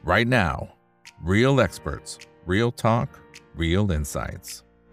right now. Real experts, real talk, real insights.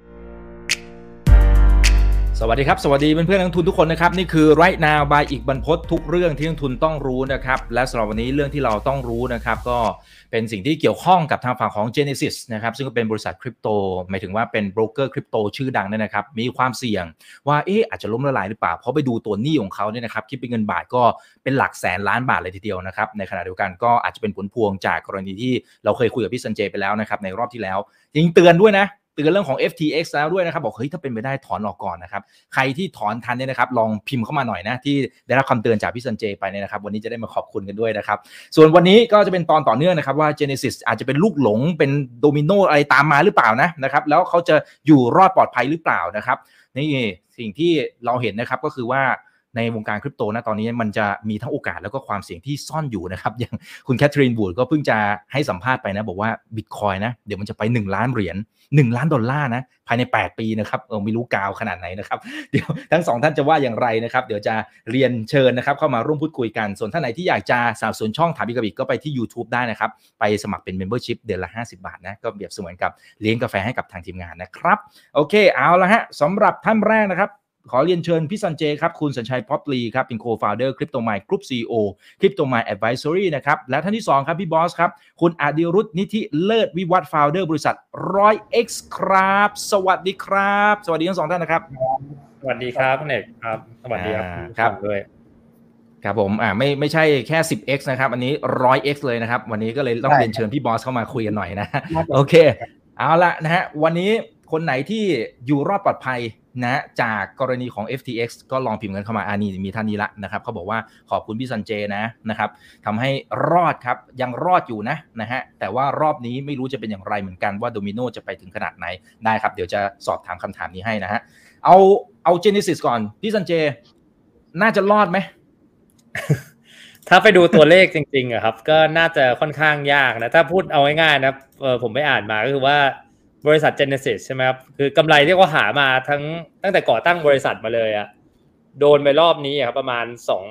สวัสดีครับสวัสดีเพื่อนๆนักลงทุนทุกคนนะครับนี่คือ Right Now by อีกบรรพตทุกเรื่องที่นักลงทุนต้องรู้นะครับและสำหรับวันนี้เรื่องที่เราต้องรู้นะครับก็เป็นสิ่งที่เกี่ยวข้องกับทางฝั่งของ Genesis นะครับซึ่งก็เป็นบริษัทคริปโตหมายถึงว่าเป็นโบรกเกอร์คริปโตชื่อดังเนี่ยนะครับมีความเสี่ยงว่าอาจจะล้มละลายหรือเปล่าเพราะไปดูตัวหนี้ของเขาเนี่ยนะครับคิดเป็นเงินบาทก็เป็นหลักแสนล้านบาทเลยทีเดียวนะครับในขณะเดียวกันก็อาจจะเป็นผลพวงจากกรณีที่เราเคยคุยกับพี่ซันเจไปแล้วนะครับในรอบที่แล้วจริงเตือนด้วยนะเตือนเรื่องของ FTX แล้วด้วยนะครับบอกเฮ้ยถ้าเป็นไปได้ถอนออกก่อนนะครับใครที่ถอนทันเนี่ยนะครับลองพิมพ์เข้ามาหน่อยนะที่ได้รับคำเตือนจากพี่ซันเจไปเนี่ยนะครับวันนี้จะได้มาขอบคุณกันด้วยนะครับส่วนวันนี้ก็จะเป็นตอนต่อเนื่องนะครับว่า Genesis อาจจะเป็นลูกหลงเป็นโดมิโนอะไรตามมาหรือเปล่านะครับแล้วเขาจะอยู่รอดปลอดภัยหรือเปล่านะครับนี่สิ่งที่เราเห็นนะครับก็คือว่าในวงการคริปโตนะตอนนี้มันจะมีทั้งโอกาสแล้วก็ความเสี่ยงที่ซ่อนอยู่นะครับอย่างคุณแคทเธอรีนบูดก็เพิ่งจะให้สัมภาษณ์ไปนะบอกว่า Bitcoin นะเดี๋ยวมันจะไป$1 ล้าน$1 ล้านนะภายใน8ปีนะครับไม่รู้กาวขนาดไหนนะครับเดี๋ยวทั้ง2ท่านจะว่าอย่างไรนะครับเดี๋ยวจะเรียนเชิญนะครับเข้ามาร่วมพูดคุยกันส่วนท่านไหนที่อยากจะสนับสนุนช่องถามอีกกับอีกก็ไปที่ YouTube ได้นะครับไปสมัครเป็น Membership เดือนละ50 บาทนะก็เปรียบเสมือนกับเลี้ยงกาแฟให้กับทางทีมงานนะครับโอเคเอาละฮะสำหรับท่านแรกนะครับขอเรียนเชิญพี่ซันเจครับคุณสัญชัยพ็อปลีครับเป็น Co-founder CryptoMine Group CEO CryptoMine Advisory นะครับและท่านที่2ครับพี่บอสครับคุณอดิรุตนิธิเลิศวิวัฒน์ Founder บริษัท 100x ครับสวัสดีครับสวัสดีทั้ง2ท่านนะครับสวัสดีครับเอกครับสวัสดีครับด้วยครับผมไม่ใช่แค่ 10x นะครับอันนี้ 100x เลยนะครับวันนี้ก็เลยต้องเรียนเชิญพี่บอสเข้ามาคุยกันหน่อยนะโอเคเอาละนะฮะวันนี้คนไหนที่อยู่รอดปลอดภัยนะจากกรณีของ FTX ก็ลองพิมพ์กันเข้ามานี่มีท่านนี้ละนะครับเขาบอกว่าขอบคุณพี่ซันเจนะครับทำให้รอดครับยังรอดอยู่นะฮะแต่ว่ารอบนี้ไม่รู้จะเป็นอย่างไรเหมือนกันว่าโดมิโนจะไปถึงขนาดไหนได้ครับเดี๋ยวจะสอบถามคำถามนี้ให้นะฮะเอา Genesis ก่อนพี่ซันเจน่าจะรอดไหมถ้าไปดูตัวเลขจริงๆอะครับก็น่าจะค่อนข้างยากนะถ้าพูดเอาง่ายๆนะผมไปอ่านมาก็คือว่าบริษัท Genesis ใช่ไหมครับคือกำไรที่เขาหามาตั้งแต่ก่อตั้งบริษัทมาเลยอะโดนไปรอบนี้ครับประมาณ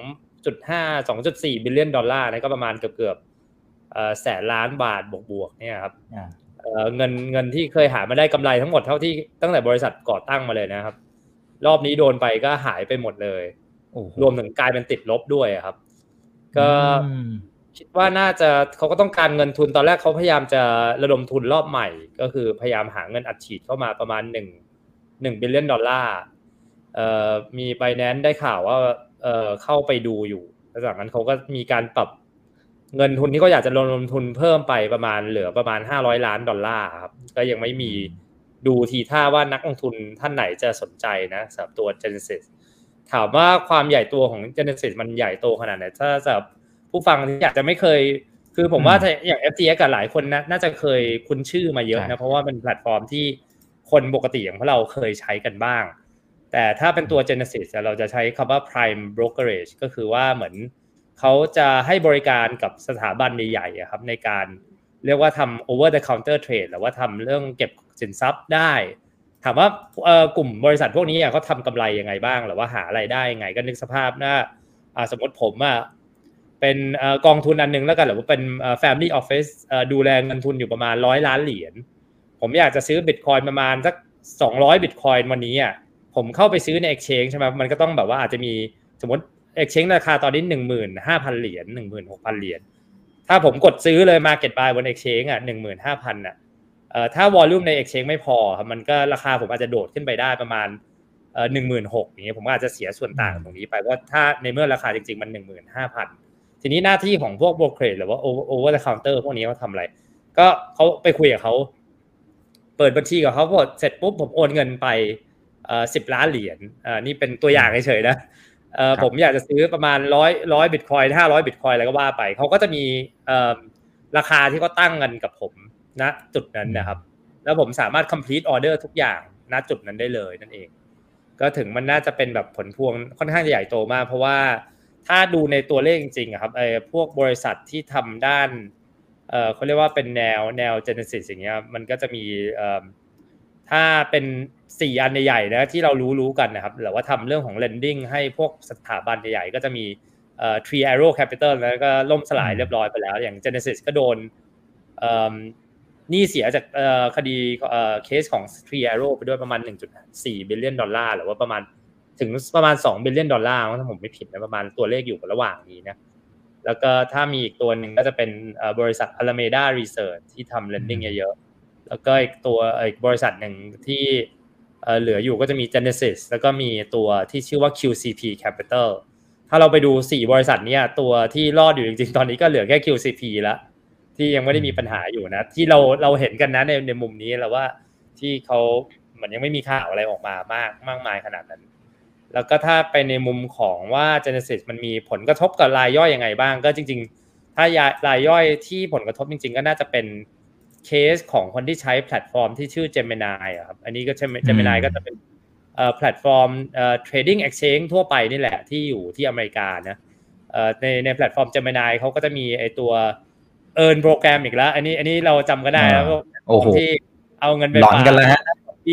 2.4 บิลเลียนดอลลาร์นะก็ประมาณเกือบแสนล้านบาทบวกๆเนี่ยครับเงินที่เคยหามาได้กำไรทั้งหมดเท่าที่ตั้งแต่บริษัทก่อตั้งมาเลยนะครับรอบนี้โดนไปก็หายไปหมดเลยรวมถึงกลายเป็นติดลบด้วยครับก็คิดว่าน่าจะเขาก็ต้องการเงินทุนตอนแรกเขาพยายามจะระดมทุนรอบใหม่ก็คือพยายามหาเงินอัดฉีดเข้ามาประมาณ1บิลเลียนดอลลาร์มี Binance ได้ข่าวว่าเข้าไปดูอยู่แล้วจากนั้นเขาก็มีการปรับเงินทุนที่เขาอยากจะระดมทุนเพิ่มไปเหลือประมาณ$500 ล้านครับก็ยังไม่มีดูทีท่าว่านักลงทุนท่านไหนจะสนใจนะสำหรับตัว Genesis ถามว่าความใหญ่ตัวของ Genesis มันใหญ่โตขนาดไหนถ้าสำหรับผู้ฟังที่อยากจะไม่เคยคือผมว่าอย่าง FTX กับหลายคนน่าจะเคยคุ้นชื่อมาเยอะนะเพราะว่าเป็นแพลตฟอร์มที่คนปกติอย่างพวกเราเคยใช้กันบ้างแต่ถ้าเป็นตัว Genesis เราจะใช้คำว่า Prime Brokerage ก็คือว่าเหมือนเขาจะให้บริการกับสถาบันใหญ่ๆครับในการเรียกว่าทำ over the counter trade หรือว่าทำเรื่องเก็บสินทรัพย์ได้ถามว่ากลุ่มบริษัทพวกนี้เขาทำกำไรยังไงบ้างหรือว่าหารายได้ยังไงก็นึกสภาพสมมติผมเป็นกองทุนอันนึงแล้วกันหรือว่าเป็นfamily office ดูแลเงินทุนอยู่ประมาณ$100 ล้านผมอยากจะซื้อ Bitcoin ประมาณสัก200 Bitcoin วันนี้ผมเข้าไปซื้อใน exchange ใช่ไหมมันก็ต้องแบบว่าอาจจะมีสมมติ exchange ราคาตอนนี้$15,000 $16,000 ถ้าผมกดซื้อเลย market buy บน exchange 15,000ถ้า volume ใน exchange ไม่พอครับมันก็ราคาผมอาจจะโดดขึ้นไปได้ประมาณ16,000อย่างเงี้ยผมก็อาจจะเสียส่วนต่างตรงนี้ไปว่าถ้าในเมื่อราคาจริงๆมัน15,000ทีนี้หน้าที่ของพวก brokerage หรือว่า over the counter พวกนี้เขาทำอะไรก็เขาไปคุยกับเขาเปิดบัญชีกับเขาพอเสร็จปุ๊บผมโอนเงินไป$10 ล้านนี่เป็นตัวอย่างเฉยๆนะผมอยากจะซื้อประมาณ100 Bitcoin 500 Bitcoin อะไรก็ว่าไปเขาก็จะมีราคาที่เขาตั้งกันกับผมณจุดนั้นนะครับแล้วผมสามารถ complete order ทุกอย่างณจุดนั้นได้เลยนั่นเองก็ถึงมันน่าจะเป็นแบบผลพวงค่อนข้างใหญ่โตมากเพราะว่าถ้าดูในตัวเลขจริงๆครับพวกบริษัทที่ทำด้านเขาเรียกว่าเป็นแนว Genesis อย่างเงี้ยมันก็จะมีถ้าเป็น4อันใหญ่ๆนะที่เรารู้กันนะครับหรือว่าทำเรื่องของ lending ให้พวกสถาบันใหญ่ๆก็จะมีThree Arrow Capital แล้วก็ล่มสลายเรียบร้อยไปแล้วอย่าง Genesis ก็โดนหนี้เสียจากคดีเคสของ Three Arrow ไปด้วยประมาณ 1.4 บิลเลียนดอลลาร์หรือว่าประมาณ2 บิลเลียนดอลลาร์ถ้าผมไม่ผิดนะประมาณตัวเลขอยู่ระหว่างนี้นะแล้วก็ถ้ามีอีกตัวหนึ่งก็จะเป็นบริษัท Alameda Research ที่ทำ lending เยอะๆแล้วก็อีกบริษัทหนึ่งที่เหลืออยู่ก็จะมี Genesis แล้วก็มีตัวที่ชื่อว่า QCP Capital ถ้าเราไปดู4บริษัทนี้ตัวที่รอดอยู่จริงๆตอนนี้ก็เหลือแค่ QCP แล้วที่ยังไม่ได้มีปัญหาอยู่นะที่เราเห็นกันนะในมุมนี้แล้วว่าที่เขาเหมือนยังไม่มีข่าวอะไรออกมามากมายขนาดนั้นแล้วก็ถ้าไปในมุมของว่า Genesis มันมีผลกระทบกับรายย่อยยังไงบ้างก็จริงๆถ้ารายย่อยที่ผลกระทบจริงๆก็น่าจะเป็นเคสของคนที่ใช้แพลตฟอร์มที่ชื่อ Gemini ครับอันนี้ก็ Gemini ก็จะเป็นแพลตฟอร์มtrading exchange ทั่วไปนี่แหละที่อยู่ที่อเมริกานะในแพลตฟอร์ม Gemini เขาก็จะมีไอตัวearn โปรแกรมอีกแล้วอันนี้เราจำก็ได้แล้วที่เอาเงินไปฝากกันแล้วฮะ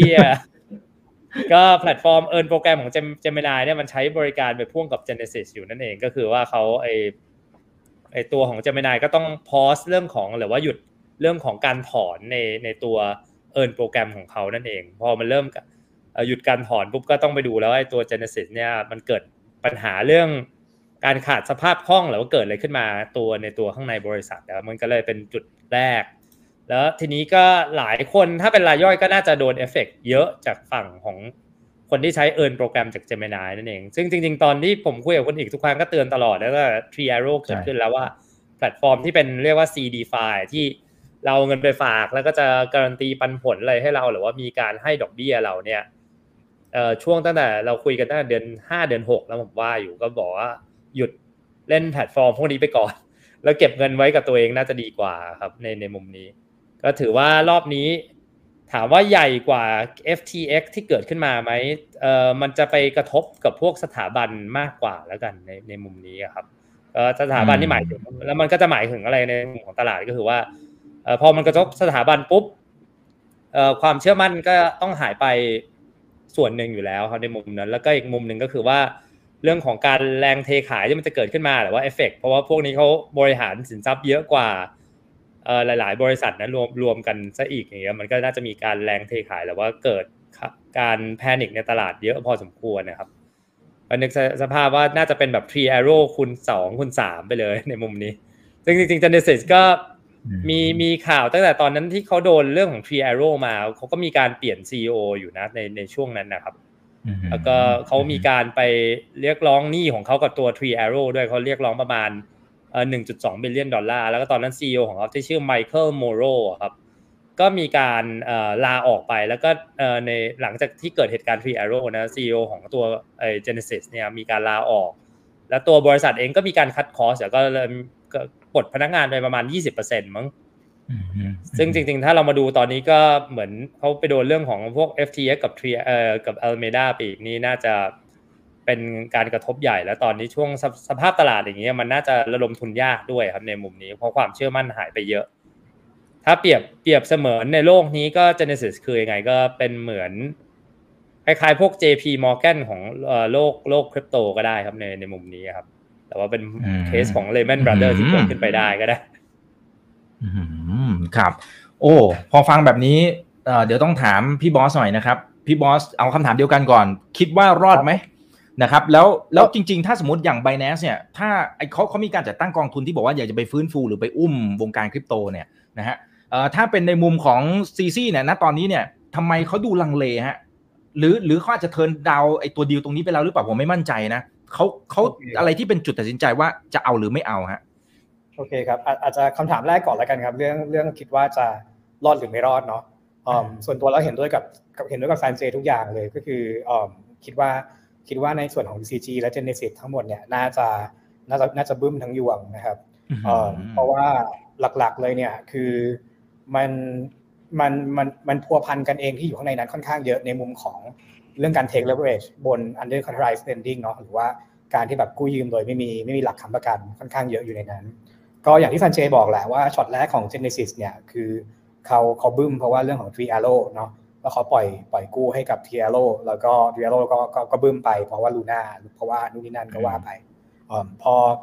ก็แพลตฟอร์มearn โปรแกรมของ Gemini เนี่ยมันใช้บริการไปพ่วงกับ Genesis อยู่นั่นเองก็คือว่าเขาไอตัวของ Gemini ก็ต้อง pause เรื่องของหรือว่าหยุดเรื่องของการถอนในตัวearn โปรแกรมของเขานั่นเองพอมันเริ่มหยุดการถอนปุ๊บก็ต้องไปดูแล้วไอ้ตัว Genesis เนี่ยมันเกิดปัญหาเรื่องการขาดสภาพคล่องหรือว่าเกิดอะไรขึ้นมาในตัวข้างในบริษัทแล้วมันก็เลยเป็นจุดแรกแล้วทีนี้ก็หลายคนถ้าเป็นรายย่อยก็น่าจะโดนเอฟเฟกต์เยอะจากฝั่งของคนที่ใช้earn โปรแกรมจาก Gemini นั่นเองซึ่งจริงๆตอนที่ผมคุยกับคนอีกทุกครั้งก็เตือนตลอดแล้วก็ Three Arrow เกิดขึ้นแล้วว่าแพลตฟอร์มที่เป็นเรียกว่า CDFI ที่เราเงินไปฝากแล้วก็จะการันตีปันผลอะไรให้เราหรือว่ามีการให้ดอกเบี้ยเราเนี่ยช่วงตั้งแต่เราคุยกันตั้งแต่เดือน5เดือน6แล้วผมว่าอยู่ก็บอกว่าหยุดเล่นแพลตฟอร์มพวกนี้ไปก่อนแล้วเก็บเงินไว้กับตัวเองน่าจะดีกว่าครับในมุมนี้ก็ถือว่ารอบนี้ถามว่าใหญ่กว่า FTX ที่เกิดขึ้นมาไหมมันจะไปกระทบกับพวกสถาบันมากกว่าแล้วกันในมุมนี้ครับสถาบันที่หมายถึงแล้วมันก็จะหมายถึงอะไรในมุมของตลาดก็คือว่าพอมันกระทบสถาบันปุ๊บความเชื่อมั่นก็ต้องหายไปส่วนหนึ่งอยู่แล้วครับในมุมนั้นแล้วก็อีกมุมหนึ่งก็คือว่าเรื่องของการแรงเทขายที่มันจะเกิดขึ้นมาหรือว่าเอฟเฟกต์เพราะว่าพวกนี้เขาบริหารสินทรัพย์เยอะกว่าหลายๆบริษัทนะรวมกันซะอีกอย่างเงี้ยมันก็น่าจะมีการแรงเทขายหรือว่าเกิดการแพนิคในตลาดเยอะพอสมควรนะครับนึกสภาพว่าน่าจะเป็นแบบ Three Arrow คูณ2คูณ3ไปเลยในมุมนี้ซึ่งจริงๆ Genesis ก็มีข่าวตั้งแต่ตอนนั้นที่เขาโดนเรื่องของ Three Arrow มาเขาก็มีการเปลี่ยน CEO อยู่นะในช่วงนั้นนะครับแล้วก็เขามีการไปเรียกร้องหนี้ของเขากับตัว Three Arrow ด้วยเขาเรียกร้องประมาณ1.2 บิลเลียนดอลลาร์แล้วก็ตอนนั้น CEO ของเขาที่ชื่อไมเคิลโมโรครับก็มีการลาออกไปแล้วก็ในหลังจากที่เกิดเหตุการณ์ Three Arrow นะ CEO ของตัวGenesis เนี่ยมีการลาออกแล้วตัวบริษัทเองก็มีการคัดคอสแล้วก็ปลดพนักงานไปประมาณ 20% มั้งซึ่งจริงๆถ้าเรามาดูตอนนี้ก็เหมือนเขาไปโดนเรื่องของพวก FTX กับ Alameda ไปอีกนี่น่าจะเป็นการกระทบใหญ่แล้วตอนนี้ช่วงสภาพตลาดอย่างเงี้ยมันน่าจะระดมทุนยากด้วยครับในมุมนี้เพราะความเชื่อมั่นหายไปเยอะถ้าเปรียบเสมือนในโลกนี้ก็ Genesis คือยังไงก็เป็นเหมือนคล้ายๆพวก JP Morgan ของโลกคริปโตก็ได้ครับในมุมนี้ครับแต่ว่าเป็นเคสของ Lehman Brothers ที่เกิดขึ้นไปได้ก็ได้ครับโอ้พอฟังแบบนี้เดี๋ยวต้องถามพี่บอสหน่อยนะครับพี่บอสเอาคำถามเดียวกันก่อนคิดว่ารอดไหมนะครับแล้วจริงๆถ้าสมมติอย่าง Binance เนี่ยถ้าเขามีการจัดตั้งกองทุนที่บอกว่าอยากจะไปฟื้นฟูหรือไปอุ้มวงการคริปโตเนี่ยนะฮะถ้าเป็นในมุมของ CC เนี่ยณตอนนี้เนี่ยทำไมเขาดูลังเลฮะหรือเขาอาจจะเทิร์นดาวไอ้ตัวดีลตรงนี้ไปแล้วหรือเปล่าผมไม่มั่นใจนะเขาอะไรที่เป็นจุดตัดสินใจว่าจะเอาหรือไม่เอาฮะโอเคครับอาจจะคำถามแรกก่อนแล้วกันครับเรื่องคิดว่าจะรอดหรือไม่รอดเนาะส่วนตัวเราเห็นด้วยกับแฟนเจทุกอย่างเลยก็คือคิดว่าในส่วนของ BCG และ Genesis ทั้งหมดเนี่ยน่าจะบึ้มทั้งยวงนะครับเพราะว่าหลักๆเลยเนี่ยคือมันพัวพันกันเองที่อยู่ข้างในนั้นค่อนข้างเยอะในมุมของเรื่องการ take leverage บน under collateralized lending เนาะหรือว่าการที่แบบกู้ยืมโดยไม่มีหลักค้ำประกันค่อนข้างเยอะอยู่ในนั้นก็อย่างที่ซันเจบอกแหละว่าช็อตแรกของ Genesis เนี่ยคือเขาบึ้มเพราะว่าเรื่องของ Three Arrow เนาะแล้วเขาปล่อยกู้ให้กับ Three Arrow แล้วก็ Three Arrow ก็บึ้มไปเพราะว่า Luna เพราะว่านู่นนี่นั่นก็ว่าไปพ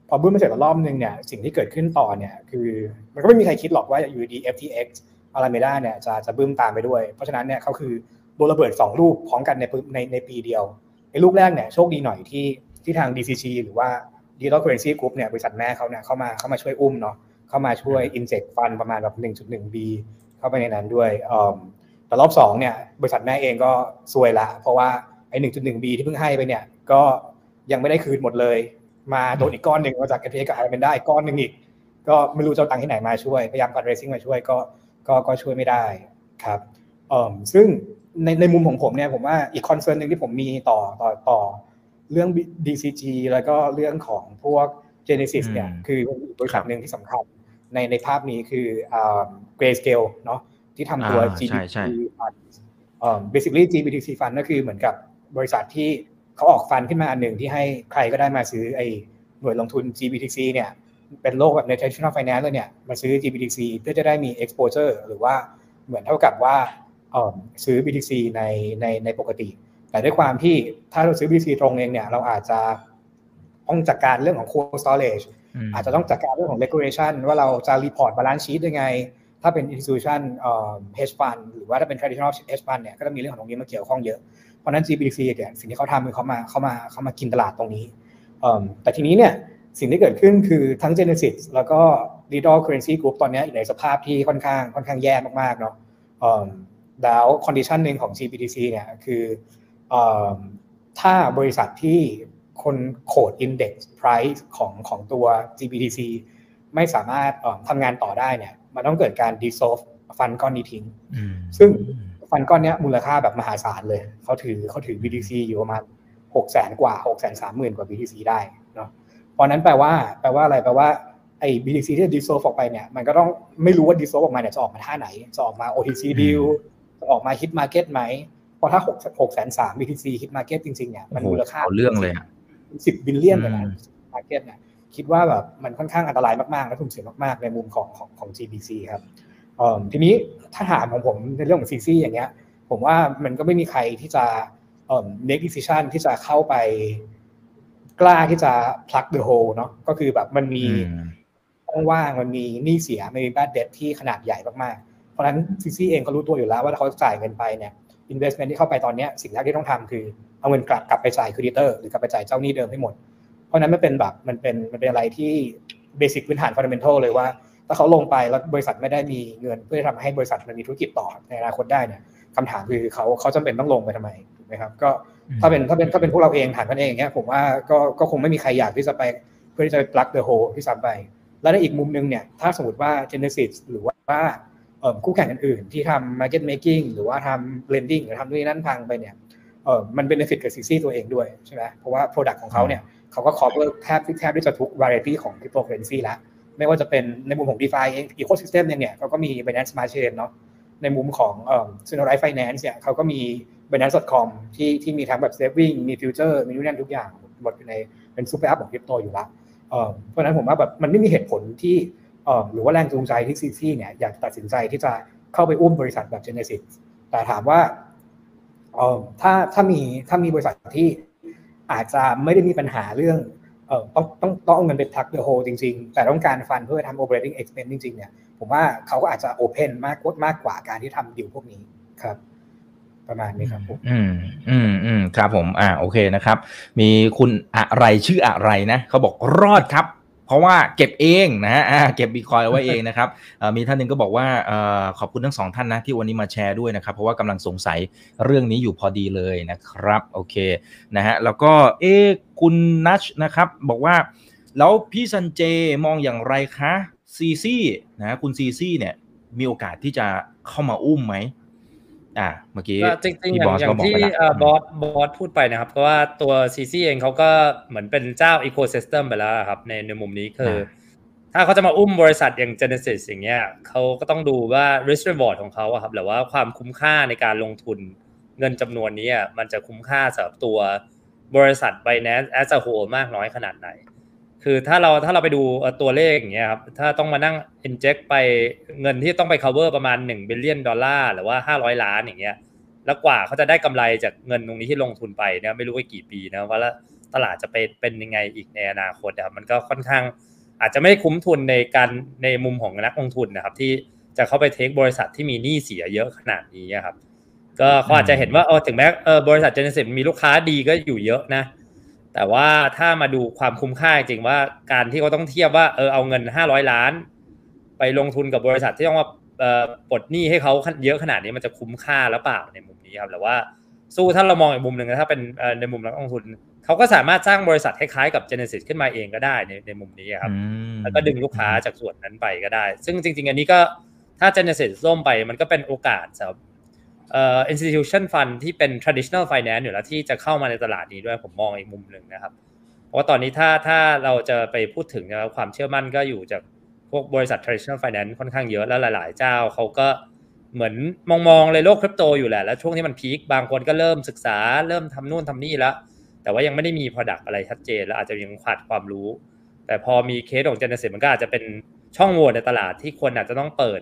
พอบึ้มมาเสร็จรอบนึงเนี่ยสิ่งที่เกิดขึ้นต่อเนี่ยคือมันก็ไม่มีใครคิดหรอกว่าอยู่ดี FTX Alameda เนี่ยจะบึ้มตามไปด้วยเพราะฉะนั้นเนี่ยเขาคือโดนระเบิด2ลูกพร้อมกันในปีเดียวไอ้ลูกแรกเนี่ยโชคดีหน่อยที่ทาง DCG หรือว่า Digital Currency Group เนี่ยบริษัทแม่เขาเนี่ยเข้ามาช่วยอุ้มเนาะเข้ามาช่วย inject fund ประมาณแบบ 1.1 B เข้าไปในนั้นด้วยแต่รอบ2เนี่ยบริษัทแม่เองก็ซวยละเพราะว่าไอ้ 1.1 B ที่เพิ่งให้ไปเนี่ยก็ยังไม่ได้คืนหมดเลยมาโดนอีกก้อนนึงมาจาก FTX กับ Alameda อีกก้อนนึงอีกก็ไม่รู้จะเอาตังค์ที่ไหนมาช่วยพยายาม fundraising มาช่วยก็ช่วยไม่ได้ครับซึ่งในมุมของผมเนี่ยผมว่าอีกคอนเซิร์นนึงที่ผมมีต่อเรื่อง DCG แล้วก็เรื่องของพวก Genesis เนี่ยคือบริษัทนึงที่สำคัญในภาพนี้คือGrayscale เนาะที่ทำตัว GBTC Fund basically GBTC Fund ก็คือเหมือนกับบริษัทที่เขาออกฟันขึ้นมาอันหนึ่งที่ให้ใครก็ได้มาซื้อไอ้หน่วยลงทุน GBTC เนี่ยเป็นโลกแบบใน traditional finance เลยเนี่ยมาซื้อ GBTC เพื่อจะได้มี exposure หรือว่าเหมือนเท่ากับว่าซื้อ BTC ในปกติแต่ด้วยความที่ถ้าเราซื้อ BTC ตรงเองเนี่ยเราอาจจะต้องจัดการเรื่องของ cold storage อาจจะต้องจัดการเรื่องของ regulation ว่าเราจะ report balance sheet ยังไงถ้าเป็น institution hedge fund หรือว่าถ้าเป็น traditional hedge fund เนี่ยก็จะมีเรื่องของตรงนี้มาเกี่ยวข้องเยอะเพราะนั้น GBTC เนี่ยสิ่งที่เขาทำคือเขามากินตลาดตรงนี้แต่ทีนี้เนี่ยสิ่งที่เกิดขึ้นคือทั้ง Genesis แล้วก็ Digital Currency Group ตอนนี้อยู่ในสภาพที่ค่อนข้างแย่มากๆเนาะแล้วคอนดิชันหนึ่งของ GBTC เนี่ยคือถ้าบริษัทที่คนโคด Index Price ของตัว GBTC ไม่สามารถทำงานต่อได้เนี่ยมันต้องเกิดการ dissolve ฟันก้อนนี้ทิ้งซึ่งฟันก้อนนี้มูลค่าแบบมหาศาลเลยเขาถือ BTC อยู่ประมาณ 600,000 กว่า 630,000 กว่า BTC ได้เนาะเพราะนั้นแปลว่าอะไรแปลว่าไอ้ BTC ที่ dissolve ออกไปเนี่ยมันก็ต้องไม่รู้ว่า dissolve ออกมาเนี่ยจะออกมาท่าไหนจะออกมา OTC deal จะออกมา hit market ไหมเพราะถ้า 630,000 BTC hit market จริงๆเนี่ยมันมูลค่าเรื่องเลย 10 บิลเลียนเลยนะ market เนี่ยคิดว่าแบบมันค่อนข้างอันตรายมากๆและทุ่มเสียมากๆในมุมของ GBTC ครับทีนี้ถ้าถามของผมในเรื่องของ CC อย่างเงี้ยผมว่ามันก็ไม่มีใครที่จะmake decision ที่จะเข้าไปกล้าที่จะ plug the hole เนาะก็คือแบบมันมีช่องว่างมันมีหนี้เสียมี bad debt ที่ขนาดใหญ่มากๆเพราะฉะนั้น CC เองก็รู้ตัวอยู่แล้วว่าถ้าเขาจ่ายเงินไปเนี่ย investment ที่เข้าไปตอนนี้สิ่งแรกที่ต้องทำคือเอาเงินกลับไปจ่าย creditor หรือกลับไปจ่ายเจ้าหนี้เดิมให้หมดเพราะนั้นมันเป็นอะไรที่ basic พื้นฐาน fundamental เลยว่าถ้าเขาลงไปแล้วบริษัทไม่ได้มีเงินเพื่อทำให้บริษัทมันมีธุรกิจต่อในอนาคตได้เนี่ยคำถามคือเขาจำเป็นต้องลงไปทำไมถูกไหมครับก็ถ้าเป็นพวกเราเองถามกันเองอย่างเงี้ยผมว่าก็คงไม่มีใครอยากที่จะไปเพื่อที่จะไป plug the hole ที่ซ้ำไปแล้วในอีกมุมนึงเนี่ยถ้าสมมติว่า Genesis หรือว่าคู่แข่งอื่นๆที่ทำ market making หรือว่าทำ lending หรือทำนู่นนั่นพังไปเนี่ยมัน benefit กับ CC ตัวเองด้วยใช่ไหมเพราะว่า product ของเขาเนี่ยเขาก็ cover แทบที่จะทุก variety ของ cryptocurrency แล้วไม่ว่าจะเป็นในมุมของ DeFi เอง ecosystem เนี่ยเขาก็มี Binance Smart Chain เนาะในมุมของSynerite Finance เนี่ยเขาก็มี Binance.com ที่มีทั้งแบบ saving มี future มีนู่นนั่นทุกอย่างหมดอยู่ในเป็น super app ของคริปโตอยู่แล้วเพราะฉะนั้นผมว่าแบบมันไม่มีเหตุผลที่หรือว่าแรงจูงใจที่ CC เนี่ยอยากตัดสินใจที่จะเข้าไปอุ้มบริษัทแบบ Genesis แต่ถามว่าถ้ามีบริษัทที่อาจจะไม่ได้มีปัญหาเรื่องต้องเอาเงินไป plug the hole จริงๆแต่ต้องการฟันเพื่อทำ operating expense จริงๆเนี่ยผมว่าเขาก็อาจจะ open มากกว่าการที่ทำดีลพวกนี้ครับประมาณนี้ครับผมครับผมโอเคนะครับมีคุณอะไรชื่ออะไรนะเขาบอกรอดครับเพราะว่าเก็บเองนะฮะเก็บ Bitcoin เอาไว้เองนะครับมีท่านนึงก็บอกว่าขอบคุณทั้ง2ท่านนะที่วันนี้มาแชร์ด้วยนะครับเพราะว่ากำลังสงสัยเรื่องนี้อยู่พอดีเลยนะครับโอเคนะฮะแล้วก็คุณนัชนะครับบอกว่าแล้วพี่ซันเจมองอย่างไรคะซีซี่นะคุณซีซี่เนี่ยมีโอกาสที่จะเข้ามาอุ้มไหมเมื่อกี้จริงๆอย่างที่บอสพูดไปนะครับเพราะว่าตัว CC เองเขาก็เหมือนเป็นเจ้า ecosystem ไปแล้วครับในมุมนี้คือถ้าเขาจะมาอุ้มบริษัทอย่าง Genesis อย่างเงี้ยเขาก็ต้องดูว่า risk reward ของเขาครับหรือว่าความคุ้มค่าในการลงทุนเงินจำนวนนี้มันจะคุ้มค่าสำหรับตัวบริษัท Binance as a whole มากน้อยขนาดไหนคือถ้าเราไปดูตัวเลขอย่างเงี้ยครับถ้าต้องมานั่ง inject ไปเงินที่ต้องไป cover ประมาณ$1 billionหรือว่า500 ล้านอย่างเงี้ยแล้วกว่าเขาจะได้กำไรจากเงินตรงนี้ที่ลงทุนไปเนี่ยไม่รู้ว่ากี่ปีนะว่าตลาดจะเป็นยังไงอีกในอนาคตนะครับมันก็ค่อนข้างอาจจะไม่คุ้มทุนในมุมของนักลงทุนนะครับที่จะเข้าไปเทคบริษัทที่มีหนี้เสียเยอะขนาดนี้ครับก็เขาอาจจะเห็นว่าถึงแม้บริษัท Genesis มีลูกค้าดีก็อยู่เยอะนะแต่ว่าถ้ามาดูความคุ้มค่าจริงว่าการที่เขาต้องเทียบว่าเอาเงิน500 ล้านไปลงทุนกับบริษัทที่ต้องมาปลดหนี้ให้เขาเยอะขนาดนี้มันจะคุ้มค่าหรือเปล่าในมุมนี้ครับหรือว่าสู้ถ้าเรามองอีกมุมนึงถ้าเป็นในมุมนักลงทุนเขาก็สามารถสร้างบริษัทคล้ายๆกับ Genesis ขึ้นมาเองก็ได้ในมุมนี้ครับแล้วก็ดึงลูกค้าจากส่วนนั้นไปก็ได้ซึ่งจริงๆอันนี้ก็ถ้า Genesis ล่มไปมันก็เป็นโอกาสสำหรับinstitution fund ที่เป็น traditional finance อยู่แล้วที่จะเข้ามาในตลาดนี้ด้วยผมมองอีกมุมนึงนะครับเพราะว่าตอนนี้ถ้าเราจะไปพูดถึงนะครับความเชื่อมั่นก็อยู่จากพวกบริษัท traditional finance ค่อนข้างเยอะแล้วหลายๆเจ้าเขาก็เหมือนมองเลยโลกคริปโตอยู่แหละแล้วช่วงที่มันพีคบางคนก็เริ่มศึกษาเริ่มทำนู่นทำนี่แล้วแต่ว่ายังไม่ได้มี product อะไรชัดเจนแล้วอาจจะยังขาดความรู้แต่พอมีเคสของ Genesis มันก็อาจจะเป็นช่องโหว่ในตลาดที่คนอาจจะต้องเปิด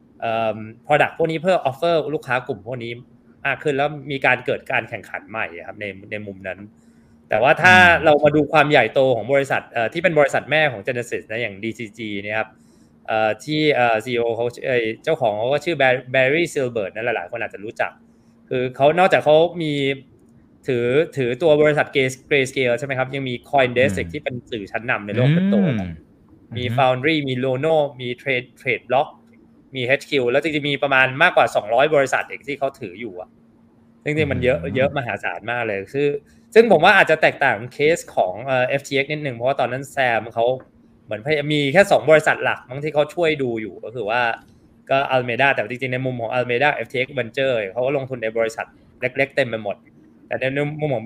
product พวกนี้เพื่อ offer ลูกค้ากลุ่มพวกนี้มากขึ้นแล้วมีการเกิดการแข่งขันใหม่ครับในมุมนั้นแต่ว่าถ้าเรามาดูความใหญ่โตของบริษัทที่เป็นบริษัทแม่ของ Genesis นะอย่าง DCG เนี่ยครับที่CEO เขาเจ้าของเขาก็ชื่อ Barry Silbert นั่นหลายๆคนอาจจะรู้จักคือเขานอกจากเขามีถือตัวบริษัท Grayscale ใช่ไหมครับยังมี CoinDesk ที่เป็นสื่อชั้นนำในโลกคริปโตมี Foundry มี Lono มี TradeBlock มี HQ แล้วจริงๆมีประมาณมากกว่า200บริษัทเองที่เขาถืออยู่อ่ะจริงๆมันเยอะมหาศาลมากเลยซึ่งผมว่าอาจจะแตกต่างเคสของFTX นิดนึงเพราะว่าตอนนั้นแซมเขาเหมือนมีแค่2บริษัทหลักที่เขาช่วยดูอยู่ก็คือว่าก็ Alameda แต่จริงๆในมุมของ Alameda FTX Venture เขาก็ลงทุนในบริษัทเล็กๆเต็มไปหมดแต่ในมุมของ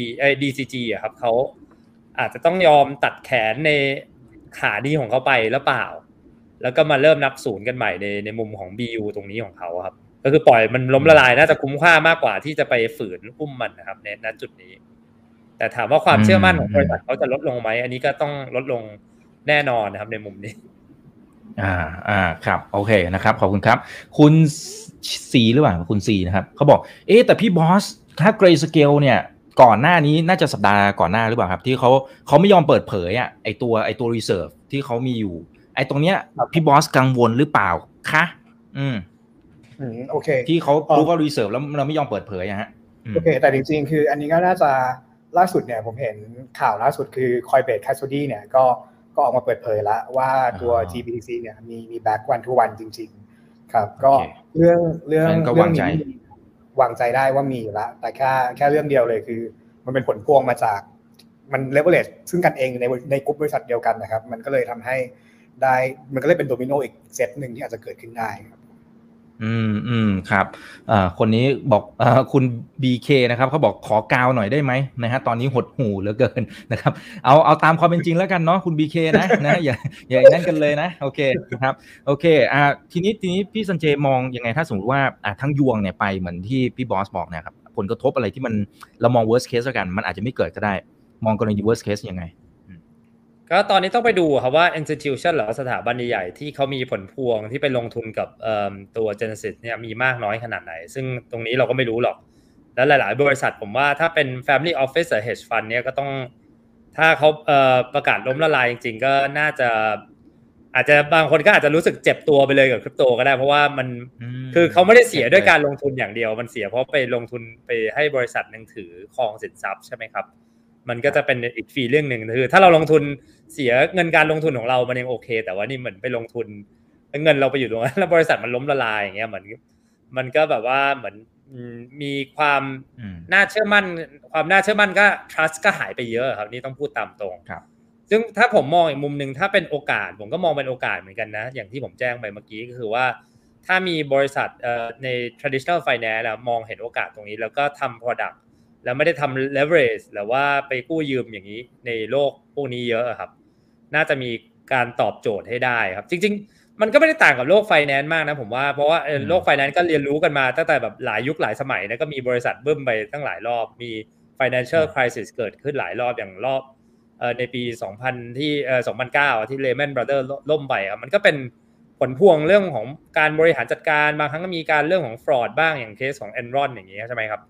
DCG อ่ะครับเขาอาจจะต้องยอมตัดแขนในขาดีของเขาไปแล้วเปล่าแล้วก็มาเริ่มนับศูนย์กันใหม่ในมุมของ BU ตรงนี้ของเขาครับก็คือปล่อยมันล้มละลายน่าจะคุ้มค่ามากกว่าที่จะไปฝืนอุ้มมันนะครับในณจุดนี้แต่ถามว่าความเชื่อมั่นของบริษัทเขาจะลดลงไหมอันนี้ก็ต้องลดลงแน่นอนนะครับในมุมนี้ครับโอเคนะครับขอบคุณครับคุณซีหรือเปล่าคุณซีนะครับเขาบอกแต่พี่บอสถ้า Grayscale เนี่ยก่อนหน้านี้น่าจะสัปดาห์ก่อนหน้าหรือเปล่าครับที่เขาไม่ยอมเปิดเผยไอตัว reserve ที่เขามีอยู่ไอตรงเนี้ยพี่บอสกังวลหรือเปล่าคะโอเคที่เขารู้ว่า reserve แล้วเราไม่ยอมเปิดเผยฮะโอเคแต่จริงๆคืออันนี้ก็น่าจะล่าสุดเนี่ยผมเห็นข่าวล่าสุดคือ Coinbase Custody เนี่ยก็ออกมาเปิดเผยแล้วว่าตัว GBTC เนี่ยมี back 1 to 1จริงๆครับก็เรื่องนี้วางใจได้ว่ามีอยู่แล้วแต่แค่เรื่องเดียวเลยคือมันเป็นผลพวงมาจากมัน leverage ซึ่งกันเองในกลุ่มบริษัทเดียวกันนะครับมันก็เลยทำให้ได้มันก็เลยเป็นโดมิโนอีกเซตนึงที่อาจจะเกิดขึ้นได้ครับครับคนนี้บอกคุณ BK นะครับเขาบอกขอกาวหน่อยได้ไหมนะฮะตอนนี้หดหูเหลือเกินนะครับเอาตามความเป็นจริงแล้วกันเนาะคุณ BK นะอย่านั่นกันเลยนะโอเคครับโอเคทีนี้พี่สันเจมองยังไงถ้าสมมติว่าทั้งยวงเนี่ยไปเหมือนที่พี่บอสบอกนะครับผลกระทบอะไรที่มันเรามอง worst case แล้วกันมันอาจจะไม่เกิดก็ได้มองกรณี worst case ยังไงก็ตอนนี้ต้องไปดูครับว่า institution หรือสถาบันใหญ่ๆที่เขามีผลพวงที่ไปลงทุนกับตัว Genesis เนี่ยมีมากน้อยขนาดไหนซึ่งตรงนี้เราก็ไม่รู้หรอกแล้วหลายๆบริษัทผมว่าถ้าเป็น family office หรือ hedge fund เนี่ยก็ต้องถ้าเขาประกาศล้มละลายจริงๆก็น่าจะอาจจะบางคนก็อาจจะรู้สึกเจ็บตัวไปเลยกับคริปโตก็ได้เพราะว่ามันคือเขาไม่ได้เสียด้วยการลงทุนอย่างเดียวมันเสียเพราะไปลงทุนไปให้บริษัทนึงถือครองสินทรัพย์ใช่ไหมครับมันก็จะเป็นอีกฟีลลิ่งนึงคือถ้าเราลงทุนเสียเงินการลงทุนของเรามันยังโอเคแต่ว่านี่เหมือนไปลงทุนเงินเราไปอยู่ตรงนั้นแล้วบริษัทมันล้มละลายอย่างเงี้ยเหมือนมันก็แบบว่าเหมือนมีความน่าเชื่อมั่นก็ trust ก็หายไปเยอะครับนี่ต้องพูดตามตรงซึ่งถ้าผมมองอีกมุมนึงถ้าเป็นโอกาสผมก็มองเป็นโอกาสเหมือนกันนะอย่างที่ผมแจ้งไปเมื่อกี้ก็คือว่าถ้ามีบริษัทใน traditional finance มองเห็นโอกาสตรงนี้แล้วก็ทำ productแล้วไม่ได้ทำ leverage หรือว่าไปกู้ยืมอย่างนี้ในโลกพวกนี้เยอะครับน่าจะมีการตอบโจทย์ให้ได้ครับจริงๆมันก็ไม่ได้ต่างกับโลกไฟแนนซ์มากนะผมว่าเพราะว่าโลกไฟแนนซ์ก็เรียนรู้กันมาตั้งแต่แบบหลายยุคหลายสมัยนะก็มีบริษัทบึ้มไปตั้งหลายรอบมี financial crisis เกิดขึ้นหลายรอบอย่างรอบในปี2000ที่2009ที่ Lehman Brothers ล่มไปครับมันก็เป็นผลพวงเรื่องของการบริหารจัดการบางครั้งก็มีการเรื่องของ fraud บ้างอย่างเคสของ Enron อย่างนี้ใช่ไหมครับ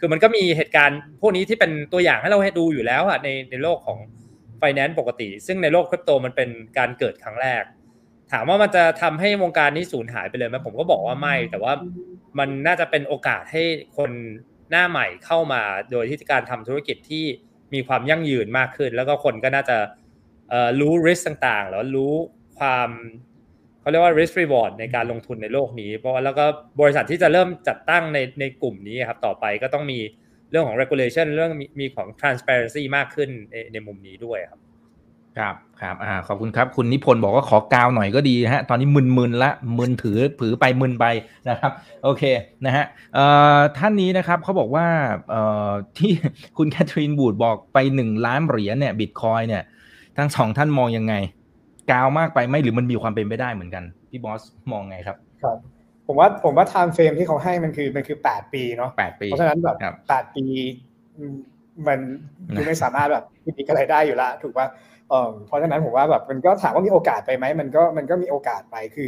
คือมันก็มีเหตุการณ์พวกนี้ที่เป็นตัวอย่างให้เราให้ดูอยู่แล้วอะในโลกของ finance ปกติซึ่งในโลกคริปโตมันเป็นการเกิดครั้งแรกถามว่ามันจะทำให้วงการนี้สูญหายไปเลยไหมผมก็บอกว่าไม่แต่ว่ามันน่าจะเป็นโอกาสให้คนหน้าใหม่เข้ามาโดยที่การทำธุรกิจที่มีความยั่งยืนมากขึ้นแล้วก็คนก็น่าจะรู้ risk ต่างๆแล้วรู้ความเขาเรียกว่า risk reward ในการลงทุนในโลกนี้เพราะว่าแล้วก็บริษัทที่จะเริ่มจัดตั้งในกลุ่มนี้ครับต่อไปก็ต้องมีเรื่องของ regulation เรื่องมีของ transparency มากขึ้นในมุมนี้ด้วยครับครับขอบคุณครับคุณนิพนธ์บอกว่าขอกาวหน่อยก็ดีฮะตอนนี้มึนละมึนถือไปมึนไปนะครับโอเคนะฮะท่านนี้นะครับเขาบอกว่าที่คุณแคทรีนบูดบอกไป1 ล้านเหรียญเนี่ยบิตคอยเนี่ยทั้งสองท่านมองยังไงกาวมากไปไหมหรือมันมีความเป็นไปได้เหมือนกันพี่บอสมองไงครับครับผมว่า time frame ที่เขาให้มันคือ8 ปีเนาะ 8 ปีเพราะฉะนั้นแบบ8 ปีมันไม่สามารถแบบคิดอะไรได้อยู่ละถูกป่ะเพราะฉะนั้นผมว่าแบบมันก็ถามว่ามีโอกาสไปไหมมันก็มีโอกาสไปคือ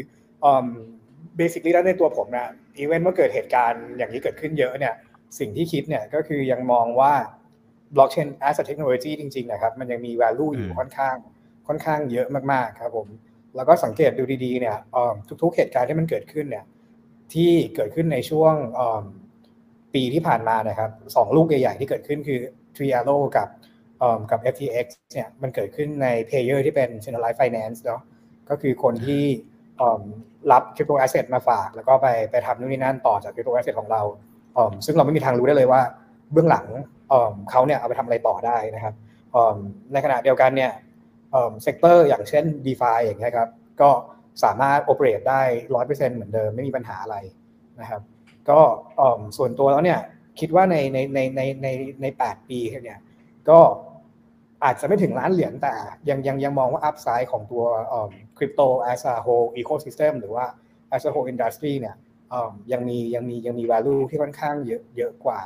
basically แล้วในตัวผมนะอีเวนต์เมื่อเกิดเหตุการณ์อย่างนี้เกิดขึ้นเยอะเนี่ยสิ่งที่คิดเนี่ยก็คือยังมองว่า blockchain as a technology จริงๆนะครับมันยังมี value อยู่ค่อนข้างเยอะมากๆครับผมแล้วก็สังเกตดูดีๆเนี่ยทุกๆเหตุการณ์ที่มันเกิดขึ้นเนี่ยที่เกิดขึ้นในช่วงปีที่ผ่านมานะครับ2 ลูกใหญ่ๆที่เกิดขึ้นคือ Trialo กับ FTX เนี่ยมันเกิดขึ้นใน player ที่เป็น centralized finance เนาะก็คือคนที่รับ crypto asset มาฝากแล้วก็ไปทำนู่นนี่นั่นต่อจาก crypto asset ของเราซึ่งเราไม่มีทางรู้ได้เลยว่าเบื้องหลังเขาเนี่ยเอาไปทำอะไรต่อได้นะครับในขณะเดียวกันเนี่ยเซกเตอร์อย่างเช่น DeFi อย่างเงี้ยครับก็สามารถ operate ได้ 100% เหมือนเดิมไม่มีปัญหาอะไรนะครับก็ส่วนตัวแล้วเนี่ยคิดว่าใน8 ปีเนี่ยก็อาจจะไม่ถึงล้านเหรียญแต่ยังมองว่า upside ของตัวcrypto as a whole ecosystem หรือว่า as a whole industry เนี่ยยังมี value ที่ค่อนข้างเยอะกว่า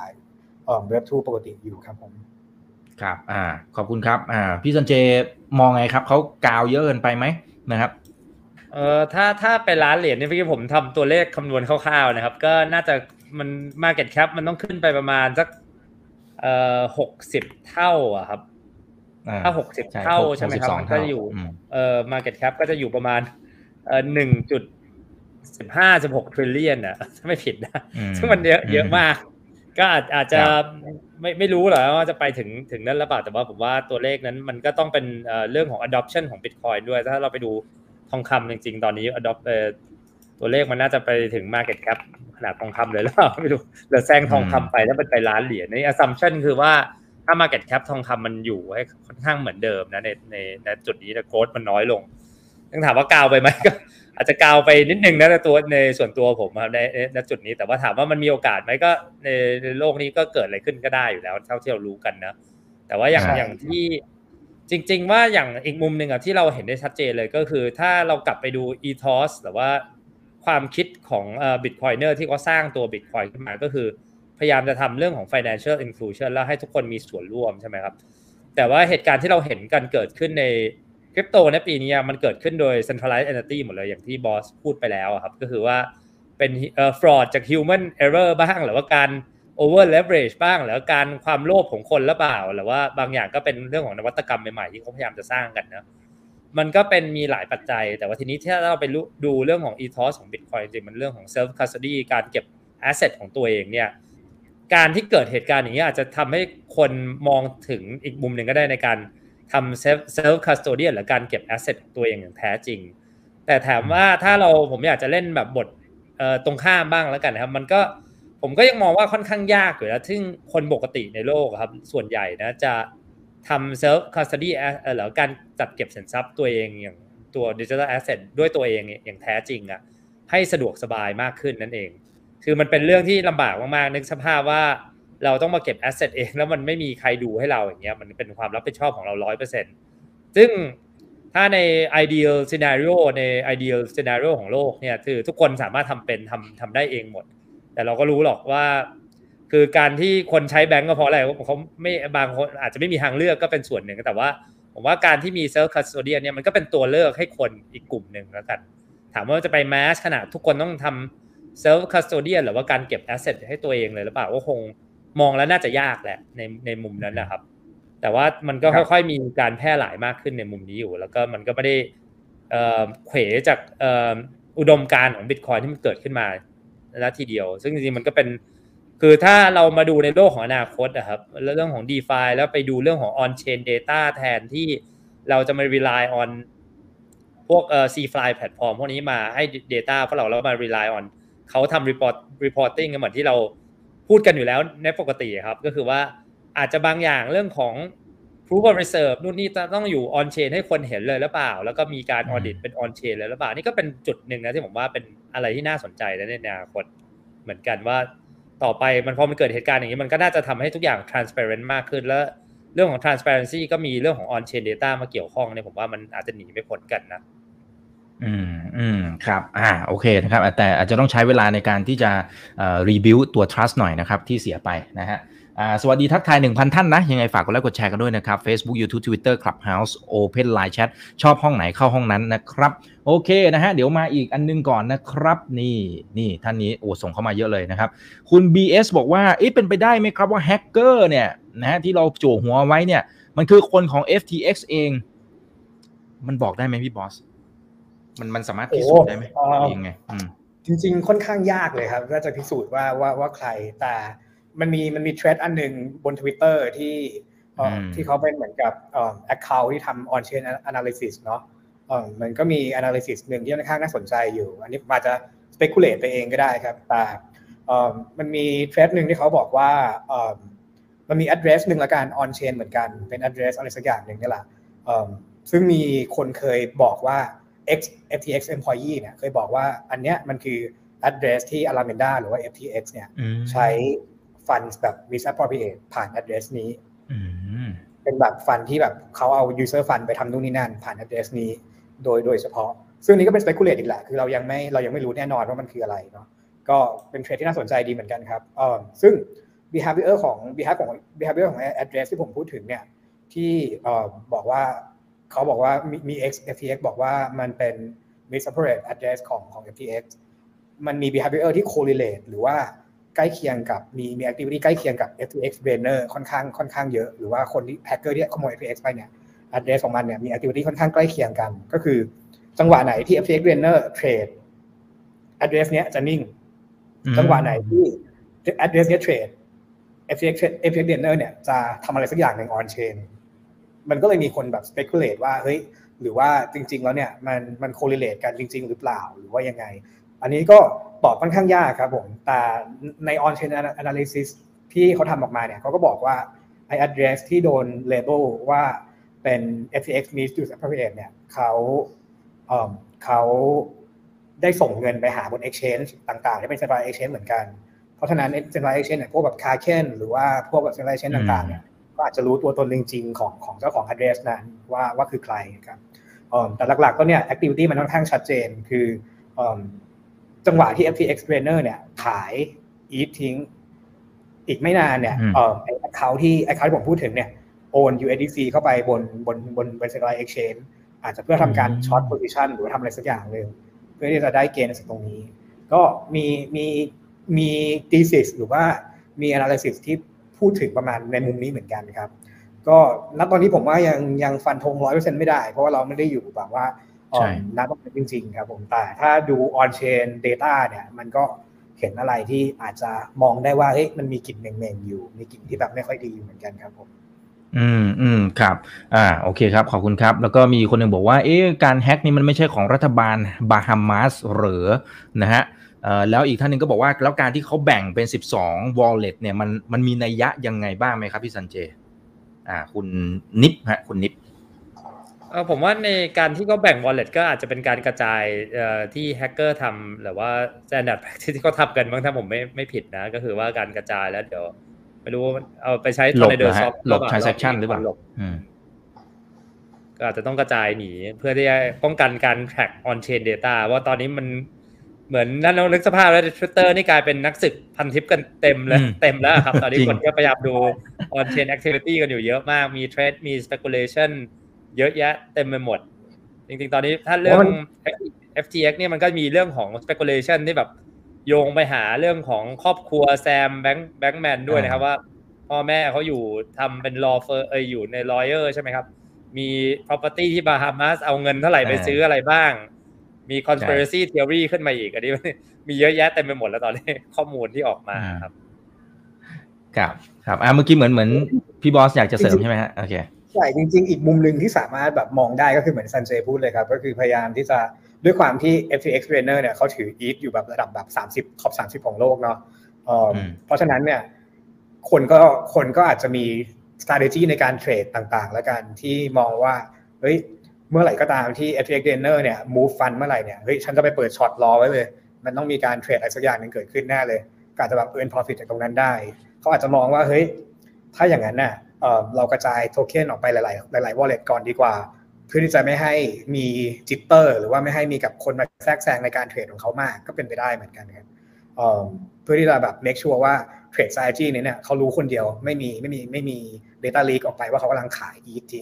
Web2 ปกติอยู่ครับผมครับขอบคุณครับพี่สันเจมองไงครับเขากาวเยอะเกินไปไหมนะครับถ้าไปล้านเหรียญเนี่ยพี่ผมทำตัวเลขคำนวณคร่าวๆนะครับก็น่าจะมัน market cap มันต้องขึ้นไปประมาณสัก60 เท่าอะครับถ้า60 เท่าใช่ไหมครับมันก็อยู่market cap ก็จะอยู่ประมาณ1.15-16 trillion อ่ะถ้าไม่ผิดนะซึ่งมันเยอะมากก็อาจจะไม่รู้หรอกว่าจะไปถึงนั้นหรือเปล่าแต่ว่าผมว่าตัวเลขนั้นมันก็ต้องเป็นเรื่องของ adoption ของ Bitcoin ด้วยถ้าเราไปดูทองคำจริงๆตอนนี้ adopt ตัวเลขมันน่าจะไปถึง market cap ขนาดทองคำเลยแล้วไม่รู้เหลือแซงทองคำไปถ้าเป็นไปล้านเหรียญใน assumption คือว่าถ้า market cap ทองคำมันอยู่ให้ค่อนข้างเหมือนเดิมนะในจุดนี้แต่ growth มันน้อยลงต้องถามว่ากาวไปไหมก็อาจจะกาวไปนิดนึงนะในส่วนตัวผมในจุดนี้แต่ว่าถามว่ามันมีโอกาสไหมก็ในโลกนี้ก็เกิดอะไรขึ้นก็ได้อยู่แล้วเท่าที่เรารู้กันนะแต่ว่าอย่างที่จริงๆว่าอย่างอีกมุมนึงอ่ะที่เราเห็นได้ชัดเจนเลยก็คือถ้าเรากลับไปดู ethos หรือว่าความคิดของBitcoiner ที่เขาสร้างตัว Bitcoin ขึ้นมาก็คือพยายามจะทำเรื่องของ financial inclusion แล้วให้ทุกคนมีส่วนร่วมใช่ไหมครับแต่ว่าเหตุการณ์ที่เราเห็นกันเกิดขึ้นในคริปโตในปีนี้มันเกิดขึ้นโดย centralized entity หมดเลยอย่างที่บอสพูดไปแล้วครับก็คือว่าเป็นfraud จาก human error บ้างหรือว่าการ over leverage บ้างหรือการความโลภของคนหรือเปล่าหรือว่าบางอย่างก็เป็นเรื่องของนวัตกรรมใหม่ๆที่เขาพยายามจะสร้างกันนะมันก็เป็นมีหลายปัจจัยแต่ว่าทีนี้ถ้าเราไปดูเรื่องของ ethos ของ Bitcoin จริงมันเรื่องของ self custody การเก็บ asset ของตัวเองเนี่ยการที่เกิดเหตุการณ์อย่างนี้อาจจะทำให้คนมองถึงอีกมุมหนึ่งก็ได้ในการทำ self custodian หรือการเก็บ asset ของตัวเองอย่างแท้จริงแต่ถามว่าถ้าผมอยากจะเล่นแบบบทตรงข้ามบ้างแล้วกันนะครับมันก็ผมก็ยังมองว่าค่อนข้างยากอยู่แล้วซึ่งคนปกติในโลกครับส่วนใหญ่นะจะทำ self custody หรือการจัดเก็บสินทรัพย์ตัวเองอย่างตัว digital asset ด้วยตัวเองอย่างแท้จริงอ่ะให้สะดวกสบายมากขึ้นนั่นเองคือมันเป็นเรื่องที่ลำบากมากๆนึกสภาพว่าเราต้องมาเก็บ asset เองแล้วมันไม่มีใครดูให้เราอย่างเงี้ยมันเป็นความรับผิดชอบของเรา 100% ซึ่งถ้าใน ideal scenario ใน ideal scenario ของโลกเนี่ยคือทุกคนสามารถทำได้เองหมดแต่เราก็รู้หรอกว่าคือการที่คนใช้แบงก์ก็เพราะอะไรเขาไม่บางคนอาจจะไม่มีทางเลือกก็เป็นส่วนหนึ่งแต่ว่าผมว่าการที่มี self custodian เนี่ยมันก็เป็นตัวเลือกให้คนอีกกลุ่มนึงแล้วกันถามว่าจะไปแมสขนาดทุกคนต้องทำself custodian หรือว่าการเก็บ asset ให้ตัวเองเลยหรือเปล่าก็คงมองแล้วน่าจะยากแหละในมุมนั้นนะครับแต่ว่ามันก็ค่อยๆมีการแพร่หลายมากขึ้นในมุมนี้อยู่แล้วก็มันก็ไม่ได้เขวจากอุดมการณ์ของ Bitcoin ที่มันเกิดขึ้นมาแล้วทีเดียวซึ่งจริงๆมันก็เป็นคือถ้าเรามาดูในโลกของอนาคตนะครับแล้วเรื่องของ DeFi แล้วไปดูเรื่องของ on-chain data แทนที่เราจะมา rely on พวกCFly แพลตฟอร์มพวกนี้มาให้ data พวกเราแล้วมา rely on เขาทำ reporting กันเหมือนที่เราพูดกันอยู่แล้วในปกติครับก็คือว่าอาจจะบางอย่างเรื่องของ proof of reserve นู่นนี่ต้องอยู่ on chain ให้คนเห็นเลยหรือเปล่าแล้วก็มีการ audit เป็น on chain เลยหรือเปล่านี่ก็เป็นจุดหนึ่งนะที่ผมว่าเป็นอะไรที่น่าสนใจในอนาคตเหมือนกันว่าต่อไปมันพอมันเกิดเหตุการณ์อย่างนี้มันก็น่าจะทำให้ทุกอย่าง transparent มากขึ้นแล้วเรื่องของ transparency ก็มีเรื่องของ on chain data มาเกี่ยวข้องเนี่ยผมว่ามันอาจจะหนีไม่พ้นกันนะครับโอเคนะครับแต่อาจจะต้องใช้เวลาในการที่จะrebuild ตัว trust หน่อยนะครับที่เสียไปนะฮะสวัสดีทักทาย 1,000 ท่านนะยังไงฝากกดไลค์กดแชร์กันด้วยนะครับ Facebook YouTube Twitter Clubhouse Open Line Chat ชอบห้องไหนเข้าห้องนั้นนะครับโอเคนะฮะเดี๋ยวมาอีกอันนึงก่อนนะครับนี่ท่านนี้ส่งเข้ามาเยอะเลยนะครับคุณ BS บอกว่าเป็นไปได้ไหมครับว่าแฮกเกอร์เนี่ยนะฮะที่เราจั่วหัวไว้เนี่ยมันคือคนของ FTX เองมันบอกได้ไหมพี่บอสมันสามารถพิสูจน์ได้ไหมยังไงจริงๆค่อนข้างยากเลยครับว่าจะพิสูจน์ว่าใครแต่มันมีเทรดอันหนึ่งบน Twitter ที่เขาเป็นเหมือนกับaccount ที่ทำ on chain analysis เนาะมันก็มี analysis หนึ่งที่ค่อนข้างน่าสนใจอยู่อันนี้อาจจะ speculate ไปเองก็ได้ครับแต่มันมีเทรดหนึ่งที่เขาบอกว่ามันมี address หนึ่งละกัน on chain เหมือนกันเป็น address อะไรสักอย่างหนึ่งนี่แหละซึ่งมีคนเคยบอกว่าFTX employee เนี่ยเคยบอกว่าอันเนี้ยมันคือ address ที่ Alameda หรือว่า FTX เนี่ยใช้ funds แบบ misappropriate ผ่าน address นี้เป็นแบบ fund ที่แบบเขาเอา user fund ไปทำนู่นนี่นั่นผ่าน address นี้โดยเฉพาะซึ่งนี้ก็เป็น speculate อีกแหละคือเรายังไม่รู้แน่นอนว่ามันคืออะไรเนาะก็เป็นเทรดที่น่าสนใจดีเหมือนกันครับซึ่ง behavior ของ address ที่ผมพูดถึงเนี่ยที่บอกว่าเขาบอกว่ามี FTX บอกว่ามันเป็น misappropriate address ของ FTX มันมี behavior ที่ correlate หรือว่าใกล้เคียงกับมี activity ใกล้เคียงกับ FTX brainer ค่อนข้างเยอะหรือว่าคนที่ hacker ที่ขโมย FTX ไปเนี่ย address ของมันเนี่ยมี activity ค่อนข้างใกล้เคียงกันก็คือจังหวะไหนที่ FTX brainer trade address เนี้ยจะนิ่งจังหวะไหนที่ address เนี้ย trade FTX brainer เนี่ยจะทำอะไรสักอย่างหนึ่ง on chainมันก็เลยมีคนแบบ speculate ว่าเฮ้ยหรือว่าจริงๆแล้วเนี่ยมัน correlate กันจริงๆหรือเปล่าหรือว่ายังไงอันนี้ก็ตอบค่อนข้างยากครับผมแต่ใน on-chain analysis ที่เขาทำออกมาเนี่ยเขาก็บอกว่าไอ้ address ที่โดน label ว่าเป็น FTX misappropriate เนี่ยเขาได้ส่งเงินไปหาบน exchange ต่างๆที่เป็น centralized exchange เหมือนกันเพราะฉะนั้น centralized exchange เนี่ยพวกแบบ Kraken หรือว่าพวกแบบ centralized exchange ต่างๆเนี่ยก็อาจจะรู้ตัวตนจริงๆของเจ้าของ address นั้นว่าคือใครครับแต่หลักๆก็เนี่ย activity มันค่อนข้างชัดเจนคือจังหวะที่ FTX Brainer เนี่ยขาย ETH ทิ้งอีกไม่นานเนี่ยไอ้ account ที่ผมพูดถึงเนี่ยโอน USDC เข้าไปบน Centralized Exchange อาจจะเพื่อทำการ short position หรือทำอะไรสักอย่างนึงเพื่อที่จะได้เกณฑ์จากตรงนี้ก็มี thesis หรือว่ามี analysis ที่พูดถึงประมาณในมุมนี้เหมือนกันครับก็ณตอนนี้ผมว่ายังฟันธง 100% ไม่ได้เพราะว่าเราไม่ได้อยู่แบบว่าณตรงนั้นจริงๆครับผมแต่ถ้าดู on chain data เนี่ยมันก็เห็นอะไรที่อาจจะมองได้ว่าเฮ้ยมันมีกลิ่นเม่งๆอยู่มีกลิ่นที่แบบไม่ค่อยดีอยู่เหมือนกันครับผมครับโอเคครับขอบคุณครับแล้วก็มีคนหนึ่งบอกว่าการแฮ็กนี่มันไม่ใช่ของรัฐบาลบาฮามาสหรือนะฮะแล้วอีกท่านนึงก็บอกว่าแล้วการที่เขาแบ่งเป็น12 wallet เนี่ยมันมีนัยยะยังไงบ้างไหมครับพี่สันเจคุณนิปฮะคุณนิปผมว่าในการที่เขาแบ่ง wallet ก็อาจจะเป็นการกระจายที่แฮกเกอร์ทำหรือว่า standard practice ที่เขาทำกันบ้างถ้าผมไม่ผิดนะก็คือว่าการกระจายแล้วเดี๋ยวไม่รู้เอาไปใช้ tornado swap หลบ transaction หรือเปล่าก็อาจจะต้องกระจายหนีเพื่อที่จะป้องกันการ track on chain data ว่าตอนนี้มันเหมือนนั่นเรานึกสภาพแล้ว Twitter นี่กลายเป็นนักศึกพันทิปกันเต็มแล้วครับตอนนี้คนก็พยายามดู on chain activity กันอยู่เยอะมากมี trade มี speculation เยอะแยะเต็มไปหมดจริงๆตอนนี้ถ้าเรื่อง FTX เนี่ยมันก็มีเรื่องของ speculation ที่แบบโยงไปหาเรื่องของครอบครัวแซมแบงค์แมนด้วยนะครับว่าพ่อแม่เขาอยู่ทำเป็น law firm อยู่ใน lawyer ใช่ไหมครับมี property ที่บาฮามาสเอาเงินเท่าไหร่ไปซื้ออะไรบ้างมี conspiracy theory ขึ้นมาอีกอันนี้มีเยอะแยะเต็มไปหมดแล้วตอนนี้ข้อมูลที่ออกมาครับครับเมื่อกี้เหมือนพี่บอสอยากจะเสริมใช่ไหมฮะโอเคใช่จริงๆอีกมุมนึงที่สามารถแบบมองได้ก็คือเหมือนซันเจพูดเลยครับก็คือพยายามที่จะด้วยความที่ FTX trainer เนี่ยเขาถือ ETH อยู่แบบระดับแบบ30ท็อป30ของโลกเนาะเพราะฉะนั้นเนี่ยคนก็อาจจะมี strategy ในการเทรดต่างๆแล้วกันที่มองว่าเฮ้ยเมื่อไหร่ก็ตามที่ FTX trainer เนี่ย move fund เมื่อไหร่เนี่ยเฮ้ยฉันจะไปเปิดช็อตรอไว้เลยมันต้องมีการเทรดอะไรสักอย่างนึงเกิดขึ้นแน่เลยก็อาจจะแบบ earn profit จากตรงนั้นได้เขาอาจจะมองว่าเฮ้ยถ้าอย่างนั้นน่ะเรากระจายโทเค็นออกไปหลาย wallet ก่อนดีกว่าเพื่อที่จะไม่ให้มีจิตเตอร์หรือว่าไม่ให้มีกับคนมาแทรกแซงในการเทรดของเขามากก็เป็นไปได้เหมือนกันครับเพื่อที่จะแบบ make sure ว่าเทรด strategy นี้เนี่ยเขารู้คนเดียวไม่มี data leak ออกไปว่าเขากำลังขาย ETH ทิ้ง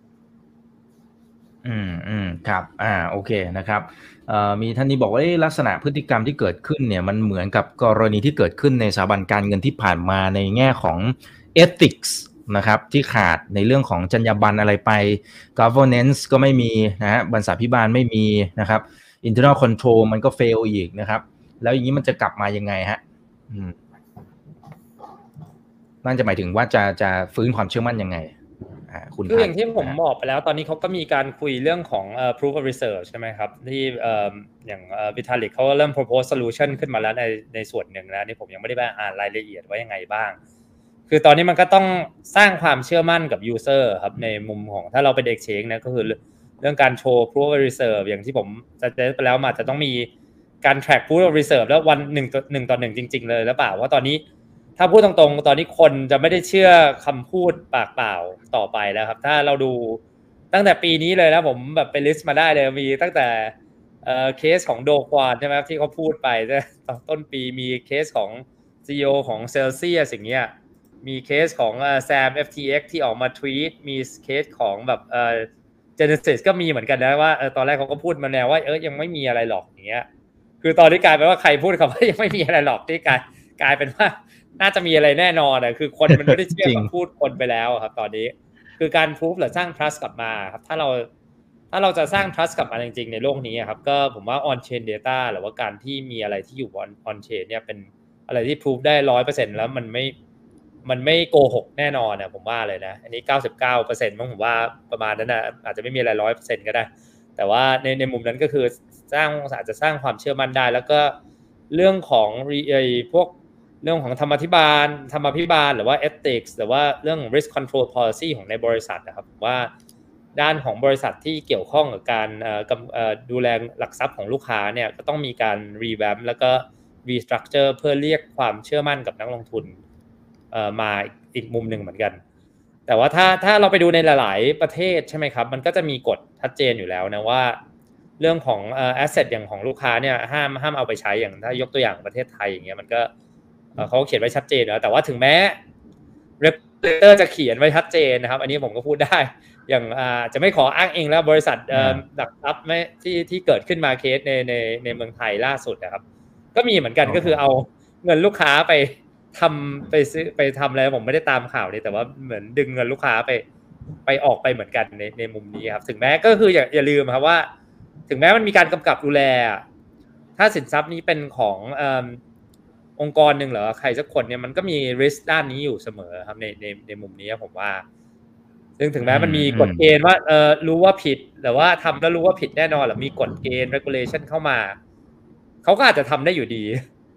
ครับโอเคนะครับมีท่านนี้บอกว่าลักษณะพฤติกรรมที่เกิดขึ้นเนี่ยมันเหมือนกับกรณีที่เกิดขึ้นในสถาบันการเงินที่ผ่านมาในแง่ของ ethics นะครับที่ขาดในเรื่องของจรรยาบรรณอะไรไป governance ก็ไม่มีนะฮะบรรษัทพิบาลไม่มีนะครับ internal control มันก็ fail อีกนะครับแล้วอย่างนี้มันจะกลับมายังไงฮะนั่นจะหมายถึงว่าจะฟื้นความเชื่อมั่นยังไงคืออย่างที่ผมบอกไปแล้วตอนนี้เขาก็มีการคุยเรื่องของproof of reserve ใช่ไหมครับที่อย่างVitalik เขาเริ่ม propose solution ขึ้นมาแล้วในส่วนหนึ่งแล้วนี่ผมยังไม่ได้ไปอ่านรายละเอียดว่ายังไงบ้างคือตอนนี้มันก็ต้องสร้างความเชื่อมั่นกับ user ครับในมุมของถ้าเราเป็น exchange นะก็คือเรื่องการโชว์ proof of reserve อย่างที่ผมจะไปแล้วมาจะต้องมีการ track proof of reserve แล้ววัน1 ต่อ 1จริงๆเลยแล้วเปล่าว่าตอนนี้ถ้าพูดตรงๆตอนนี้คนจะไม่ได้เชื่อคำพูดปากเปล่าต่อไปแล้วครับถ้าเราดูตั้งแต่ปีนี้เลยนะผมแบบไปลิสต์มาได้เลยมีตั้งแต่เคสของโดควานใช่ไหมที่เขาพูดไปต้นปีมีเคสของ CEO ของ Celsius อย่างเงี้ยมีเคสของSam FTX ที่ออกมาทวีตมีเคสของแบบGenesis ก็มีเหมือนกันนะว่าตอนแรกเขาก็พูดมาแนวว่ายังไม่มีอะไรหรอกอย่างเงี้ยคือตอนนี้กลายเป็นว่าใครพูดคำว่ายังไม่มีอะไรหรอกที่กลายเป็นว่าน่าจะมีอะไรแน่นอนคือคนมันไม่ได้เชื่อคำพูดคนไปแล้วครับตอนนี้คือการพิสูจน์หรือสร้าง trust กลับมาครับถ้าเราจะสร้าง trust กลับมาจริงๆในโลกนี้ครับก็ผมว่า on chain data หรือว่าการที่มีอะไรที่อยู่ on chain เนี่ยเป็นอะไรที่พิสูจน์ได้ 100% แล้วมันไม่โกหกแน่นอนผมว่าเลยนะอันนี้ 99% มั้งผมว่าประมาณนั้นอาจจะไม่มีอะไร 100% ก็ได้แต่ว่าในมุมนั้นก็คืออาจจะสร้างความเชื่อมั่นได้แล้วก็เรื่องของพวกเรื่องของธรรมาภิบาลหรือว่า ethics หรือว่าเรื่อง risk control policy ของในบริษัทนะครับว่าด้านของบริษัทที่เกี่ยวข้องกับการดูแลหลักทรัพย์ของลูกค้าเนี่ยก็ต้องมีการ revamp แล้วก็ restructure เพื่อเรียกความเชื่อมั่นกับนักลงทุนมาอีกมุมหนึ่งเหมือนกันแต่ว่าถ้าเราไปดูในหลายๆประเทศใช่ไหมครับมันก็จะมีกฎชัดเจนอยู่แล้วนะว่าเรื่องของasset อย่างของลูกค้าเนี่ยห้ามเอาไปใช้อย่างถ้ายกตัวอย่างประเทศไทยอย่างเงี้ยมันก็เขาเขียนไว้ชัดเจนแล้วแต่ว่าถึงแม้ regulator จะเขียนไว้ชัดเจนนะครับอันนี้ผมก็พูดได้อย่างจะไม่ขออ้างเองแล้วบริษัทหลักทรัพย์ที่เกิดขึ้นมาเคสในเมืองไทยล่าสุดนะครับก็มีเหมือนกันก็คือเอาเงินลูกค้าไปซื้อไปทำอะไรผมไม่ได้ตามข่าวนี่แต่ว่าเหมือนดึงเงินลูกค้าไปออกไปเหมือนกันในมุมนี้ครับถึงแม้ก็คืออย่าลืมครับว่าถึงแม้มันมีการกำกับดูแลถ้าสินทรัพย์นี้เป็นขององค์กรหนึ่งหรือใครสักคนเนี่ยมันก็มี risk ด้านนี้อยู่เสมอครับในมุมนี้ผมว่าซึ่งถึงแม้มันมีกฎเกณฑ์ว่ารู้ว่าผิดแต่ว่าทำแล้วรู้ว่าผิดแน่นอนหรือมีกฎเกณฑ์ regulation เข้ามาเขาก็อาจจะทำได้อยู่ดี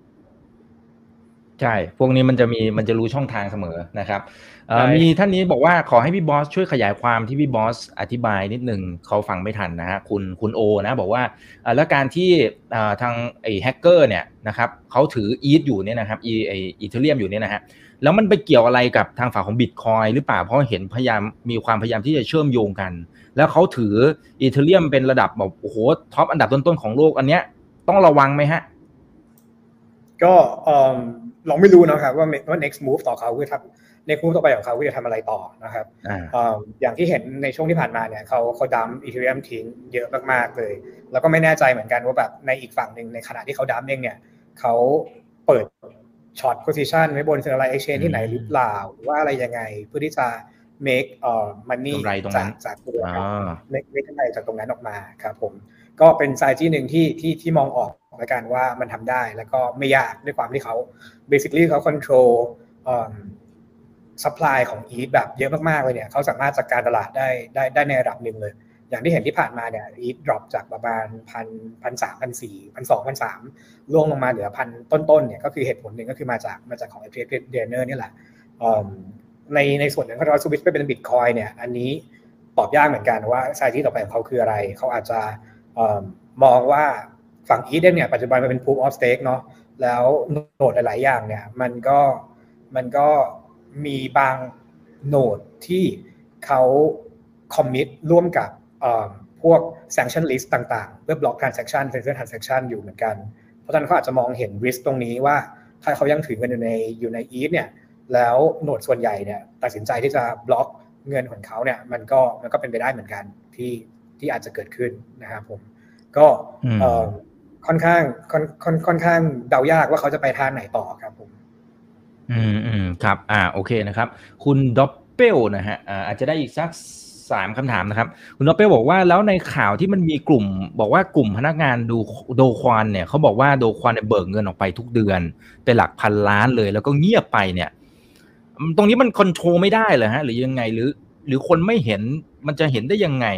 ใช่พวกนี้มันจะรู้ช่องทางเสมอนะครับมีท่านนี้บอกว่าขอให้พี่บอสช่วยขยายความที่พี่บอสอธิบายนิดนึงเขาฟังไม่ทันนะฮะคุณโอนะบอกว่าแล้วการที่ทางไอ้แฮกเกอร์เนี่ยนะครับเขาถืออีธอยู่เนี่ยนะครับอีเธเรียมอยู่เนี่ยนะฮะแล้วมันไปเกี่ยวอะไรกับทางฝั่งของ Bitcoin หรือเปล่าเพราะเห็นมีความพยายามที่จะเชื่อมโยงกันแล้วเขาถืออีเธเรียมเป็นระดับแบบโอ้โหท็อปอันดับต้นๆของโลกอันเนี้ยต้องระวังไหมฮะก็เราไม่รู้นะครับว่า next move ต่อเขาคือnext move ต่อไปของเขาจะทำอะไรต่อนะครับอย่างที่เห็นในช่วงที่ผ่านมาเนี่ยเขาดัมอีเธเรียมทิ้งเยอะมากๆเลยแล้วก็ไม่แน่ใจเหมือนกันว่าแบบในอีกฝั่งหนึ่งในขณะที่เขาดัมเองเนี่ยเขาเปิดช็อตโพซิชันไว้บน Centralized Exchange ที่ไหนหรือเปล่าหรือว่าอะไรยังไงเพื่อที่จะ make money จากตัวmake กำไรจากตรงนั้นออกมาครับผมก็เป็น strategy นึงที่มองออกละกันว่ามันทำได้แล้วก็ไม่ยากด้วยความที่เขา basically เขา control supply ของ ETH แบบเยอะมากๆเลยเนี่ยเขาสามารถจัดการตลาดได้ในระดับหนึ่งเลยอย่างที่เห็นที่ผ่านมาเนี่ย ETH drop จากประมาณ 1,300 1,400 1,200 1,300 ล่วงลงมาเหลือ 1,000 ต้นๆเนี่ยก็คือเหตุผลหนึ่งก็คือมาจากของ FTX Drainer นี่แหละในส่วนนั้นเขาสวิตช์ไปเป็น Bitcoin เนี่ยอันนี้ตอบยากเหมือนกันว่าไซต์ที่ต่อไปของเขาคืออะไรเขาอาจจะมองว่าฝั่ง ETH เนี่ยปัจจุบันมันเป็น Proof of Stake เนาะแล้วโนดหลายๆอย่างเนี่ยมันก็มีบางโนดที่เขาคอมมิตร่วมกับพวก sanction list ต่างๆเพื่อบล็อก transaction อยู่เหมือนกันเพราะฉะนั้นเขาอาจจะมองเห็น risk ตรงนี้ว่าถ้าเขายังถือเงินอยู่ใน ETH เนี่ยแล้วโนดส่วนใหญ่เนี่ยตัดสินใจที่จะบล็อกเงินของเขาเนี่ยมันก็เป็นไปได้เหมือนกันที่อาจจะเกิดขึ้นนะครับผมก็ค่อนข้างเดายากว่าเขาจะไปทางไหนต่อครับผมครับโอเคนะครับคุณด็อปเปิลนะฮะอาจจะได้อีกสัก3คำถามนะครับคุณด็อปเปิลบอกว่าแล้วในข่าวที่มันมีกลุ่มบอกว่ากลุ่มพนักงานโดควอนเนี่ยเขาบอกว่าโดควอนเบิกเงินออกไปทุกเดือนเป็นหลักพันล้านเลยแล้วก็เงียบไปเนี่ยตรงนี้มันคอนโทรลไม่ได้เหรอฮะหรือยังไงหรือคนไม่เห็นมันจะเห็นได้ยังไง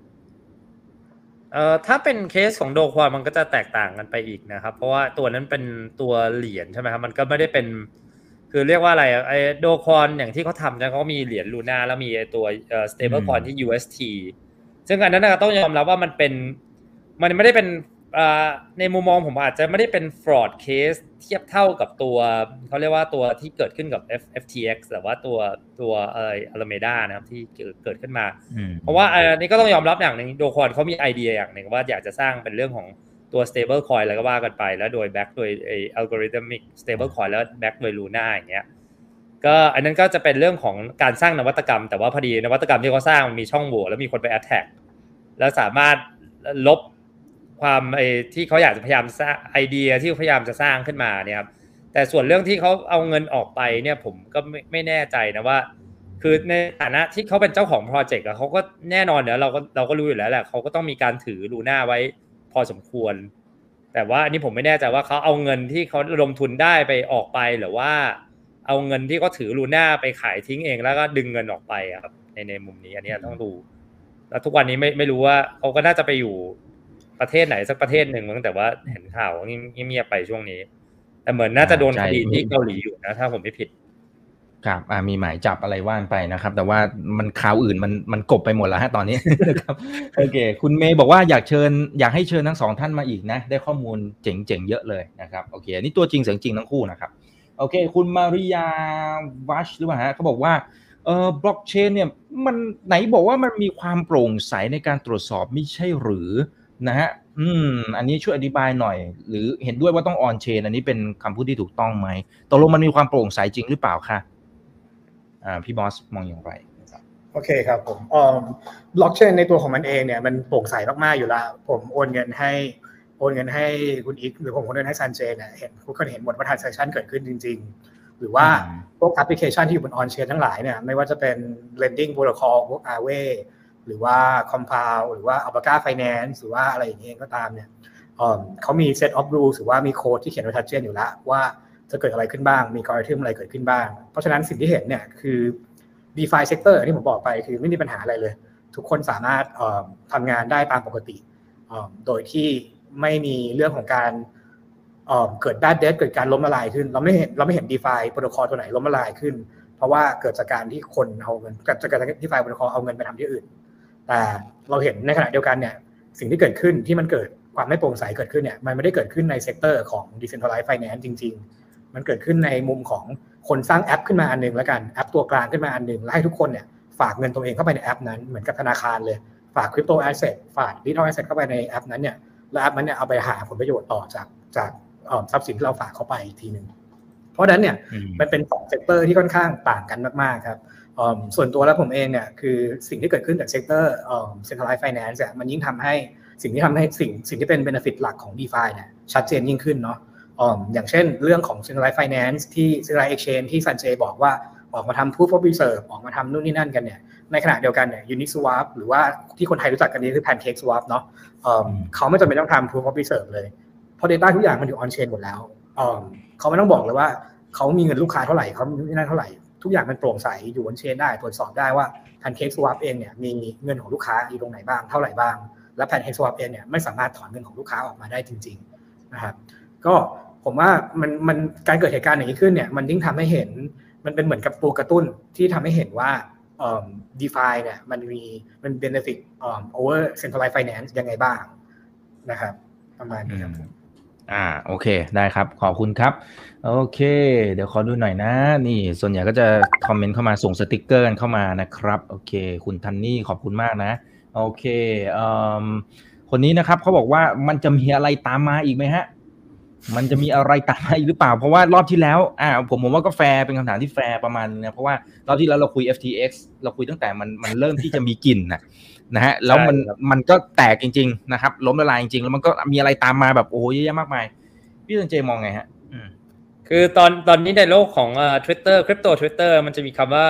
ถ้าเป็นเคสของโดควอนมันก็จะแตกต่างกันไปอีกนะครับเพราะว่าตัวนั้นเป็นตัวเหรียญใช่ไหมครับมันก็ไม่ได้เป็นคือเรียกว่าอะไรไอ้โดควอนอย่างที่เขาทำเนี่ยเขามีเหรียญลูน่าแล้วมีตัวstable coin ที่ UST ซึ่งอันนั้นก็ต้องยอมรับว่ามันไม่ได้เป็นในมุมมองผมอาจจะไม่ได้เป็น fraud case เทียบเท่ากับตัวเขาเรียกว่าตัวที่เกิดขึ้นกับ FTX หรือว่าตัวAlameda นะครับที่เกิดขึ้นมาเพราะว่าอันนี้ก็ต้องยอมรับอย่างนึงโดควอนเขามีไอเดียอย่างนึงว่าอยากจะสร้างเป็นเรื่องของตัว stable coin อะไรก็ว่ากันไปแล้วโดย back โดยalgorithmic stable coin แล้ว back โดย Luna อย่างเงี้ยก็อันนั้นก็จะเป็นเรื่องของการสร้างนวัตกรรมแต่ว่าพอดีนวัตกรรมที่เขาสร้างมันมีช่องโหว่แล้วมีคนไป attack แล้วสามารถลบความที่เขาอยากจะพยายามสร้างไอเดียที่พยายามจะสร้างขึ้นมาเนี่ยครับแต่ส่วนเรื่องที่เขาเอาเงินออกไปเนี่ยผมก็ไม่แน่ใจนะว่าคือในฐานะที่เขาเป็นเจ้าของโปรเจกต์เขาก็แน่นอนเดี๋ยวเราก็รู้อยู่แล้วแหละเขาก็ต้องมีการถือลูน่าไว้พอสมควรแต่ว่าอันนี้ผมไม่แน่ใจว่าเขาเอาเงินที่เขาลงทุนได้ไปออกไปหรือว่าเอาเงินที่เขาถือลูน่าไปขายทิ้งเองแล้วก็ดึงเงินออกไปครับในมุมนี้อันนี้ต้องดูแล้วทุกวันนี้ไม่รู้ว่าเขาก็น่าจะไปอยู่ประเทศไหนสักประเทศหนึ่งมั้งแต่ว่าเห็นข่าวเงียบไปช่วงนี้แต่เหมือนน่าจะโดนคดีที่เกาหลีอยู่นะถ้าผมไม่ผิดครับมีหมายจับอะไรว่านไปนะครับแต่ว่ามันข่าวอื่นมันกบไปหมดแล้วฮะตอนนี้นะครับโอเคคุณเมย์บอกว่าอยากให้เชิญทั้ง2ท่านมาอีกนะได้ข้อมูลเจ๋งๆเยอะเลยนะครับโอเคอันนี้ตัวจริงเสียงจริงทั้งคู่นะครับโอเคคุณมาริยาวัชหรือเปล่าฮะเขาบอกว่าบล็อกเชนเนี่ยมันไหนบอกว่ามันมีความโปร่งใสในการตรวจสอบไม่ใช่หรือนะฮะอันนี้ช่วยอธิบายหน่อยหรือเห็นด้วยว่าต้องออนเชนอันนี้เป็นคำพูดที่ถูกต้องไหมตกลงมันมีความโปร่งใสจริงหรือเปล่าคะพี่บอสมองอย่างไรโอเคครับผมบล็อกเชนในตัวของมันเองเนี่ยมันโปร่งใสมากๆอยู่แล้วผมโอนเงินให้คุณอีกหรือผมโอนเงินให้ซันเจเนี่ยเห็นทุกคนเห็นหมดว่า transaction เกิดขึ้นจริงๆหรือว่าพวกแอปพลิเคชันที่อยู่บนออนเชนทั้งหลายเนี่ยไม่ว่าจะเป็น lending protocol พวก Aave หรือว่า Compound หรือว่า Alpaca Finance หรือว่าอะไรอย่างเงี้ยก็ตามเนี่ยเขามี set of rules หรือว่ามีโค้ดที่เขียนไว้ชัดเจนอยู่แล้วว่าจะเกิดอะไรขึ้นบ้างมีกลยุทธ์อะไรเกิดขึ้นบ้างเพราะฉะนั้นสิ่งที่เห็นเนี่ยคือ DeFi sector ที่ผมบอกไปคือไม่มีปัญหาอะไรเลยทุกคนสามารถทำงานได้ตามปกติโดยที่ไม่มีเรื่องของการเกิด bad debt เกิดการล้มละลายขึ้นเราไม่เห็น DeFi protocol ตัวไหนล้มละลายขึ้นเพราะว่าเกิดจากการที่คนเอาเงินจากการ DeFi protocol เอาเงินไปทำที่อื่นแต่เราเห็นในขณะเดียวกันเนี่ยสิ่งที่เกิดขึ้นที่มันเกิดความไม่โปร่งใสเกิดขึ้นเนี่ยมันไม่ได้เกิดขึ้นในเซกเตอร์ของ Decentralized Finance จริงๆมันเกิดขึ้นในมุมของคนสร้างแอปขึ้นมาอันนึงแล้วกันแอปตัวกลางขึ้นมาอันนึงแล้วให้ทุกคนเนี่ยฝากเงินตัวเองเข้าไปในแอปนั้นเหมือนกับธนาคารเลยฝากคริปโตแอสเซทฝากดิจิทัลแอสเซทเข้าไปในแอปนั้นเนี่ยแล้วแอปนั้นเนี่ยเอาไปหาผลประโยชน์ต่อจากทรัพย์สินที่เราฝากเข้าไปอีกทีนึงเพราะฉะนั้นเนี่ยมันเป็น2เซกเตอร์ที่ค่อนข้างต่างกันมากๆครับส่วนตัวแล้วผมเองเนี่ยคือสิ่งที่เกิดขึ้นจากเซกเตอร์Centralized Finance มันยิ่งทำให้สิ่งที่เป็น benefit หลักของ DeFi เนี่ยชัดเจนยิ่งขึ้นเนาะอย่างเช่นเรื่องของ Centralized Finance ที่ Centralized Exchange ที่ซันเจบอกว่าออกมาทำ Proof of Reserve ออกมาทำนู่นนี่นั่นกันเนี่ยในขณะเดียวกันเนี่ย Uniswap หรือว่าที่คนไทยรู้จักกันดีคือ Pancake Swap เนาะเขาไม่จำเป็นต้องทำ Proof of Reserve เลยเพราะ data ทุกอย่างมันอยู่ on chain หมดแล้วเขาไม่ต้องบอกเลยว่าเขามีเงินลูกค้าเท่าไหร่เขามีนี่นั่นเท่าไหร่ทุกอย่างมันโปร่งใสอยู่ on chain ได้ตรวจสอบได้ว่า Pancake Swap เองเนี่ยมีเงินของลูกค้าอยู่ตรงไหนบ้างเท่าไหร่บ้างและ Pancake Swap เองเนี่ยไม่สามารถถอนเงินของลูกค้าออกมาได้จริงๆนะครับก็ผมว่ามันการเกิดเหตุการณ์อย่างนี้ขึ้นเนี่ยมันยิ่งทำให้เห็นมันเป็นเหมือนกับตัวกระตุ้นที่ทำให้เห็นว่าDeFi เนี่ยมัน benefit over centralized finance ยังไงบ้างนะครับประมาณนี้ครับโอเคได้ครับขอบคุณครับโอเคเดี๋ยวขอดูหน่อยนะนี่ส่วนใหญ่ก็จะคอมเมนต์เข้ามาส่งสติกเกอร์กันเข้ามานะครับโอเคคุณทันนี่ขอบคุณมากนะโอเคคนนี้นะครับเขาบอกว่ามันจะมีอะไรตามมาอีกไหมฮะมันจะมีอะไรตามมาอีกหรือเปล่าเพราะว่ารอบที่แล้วผมว่าก็แฟร์เป็นคำถามที่แฟร์ประมาณนึงนะเพราะว่ารอบที่แล้วเราคุย FTX เราคุยตั้งแต่มันเริ่มที่จะมีกลิ่นนะฮะแล้วมันก็แตกจริงๆนะครับล้มละลายจริงๆแล้วมันก็มีอะไรตามมาแบบโอ้โหเยอะแยะมากมายพี่สันเจมองไงฮะคือตอนนี้ในโลกของTwitter Crypto Twitter มันจะมีคำว่า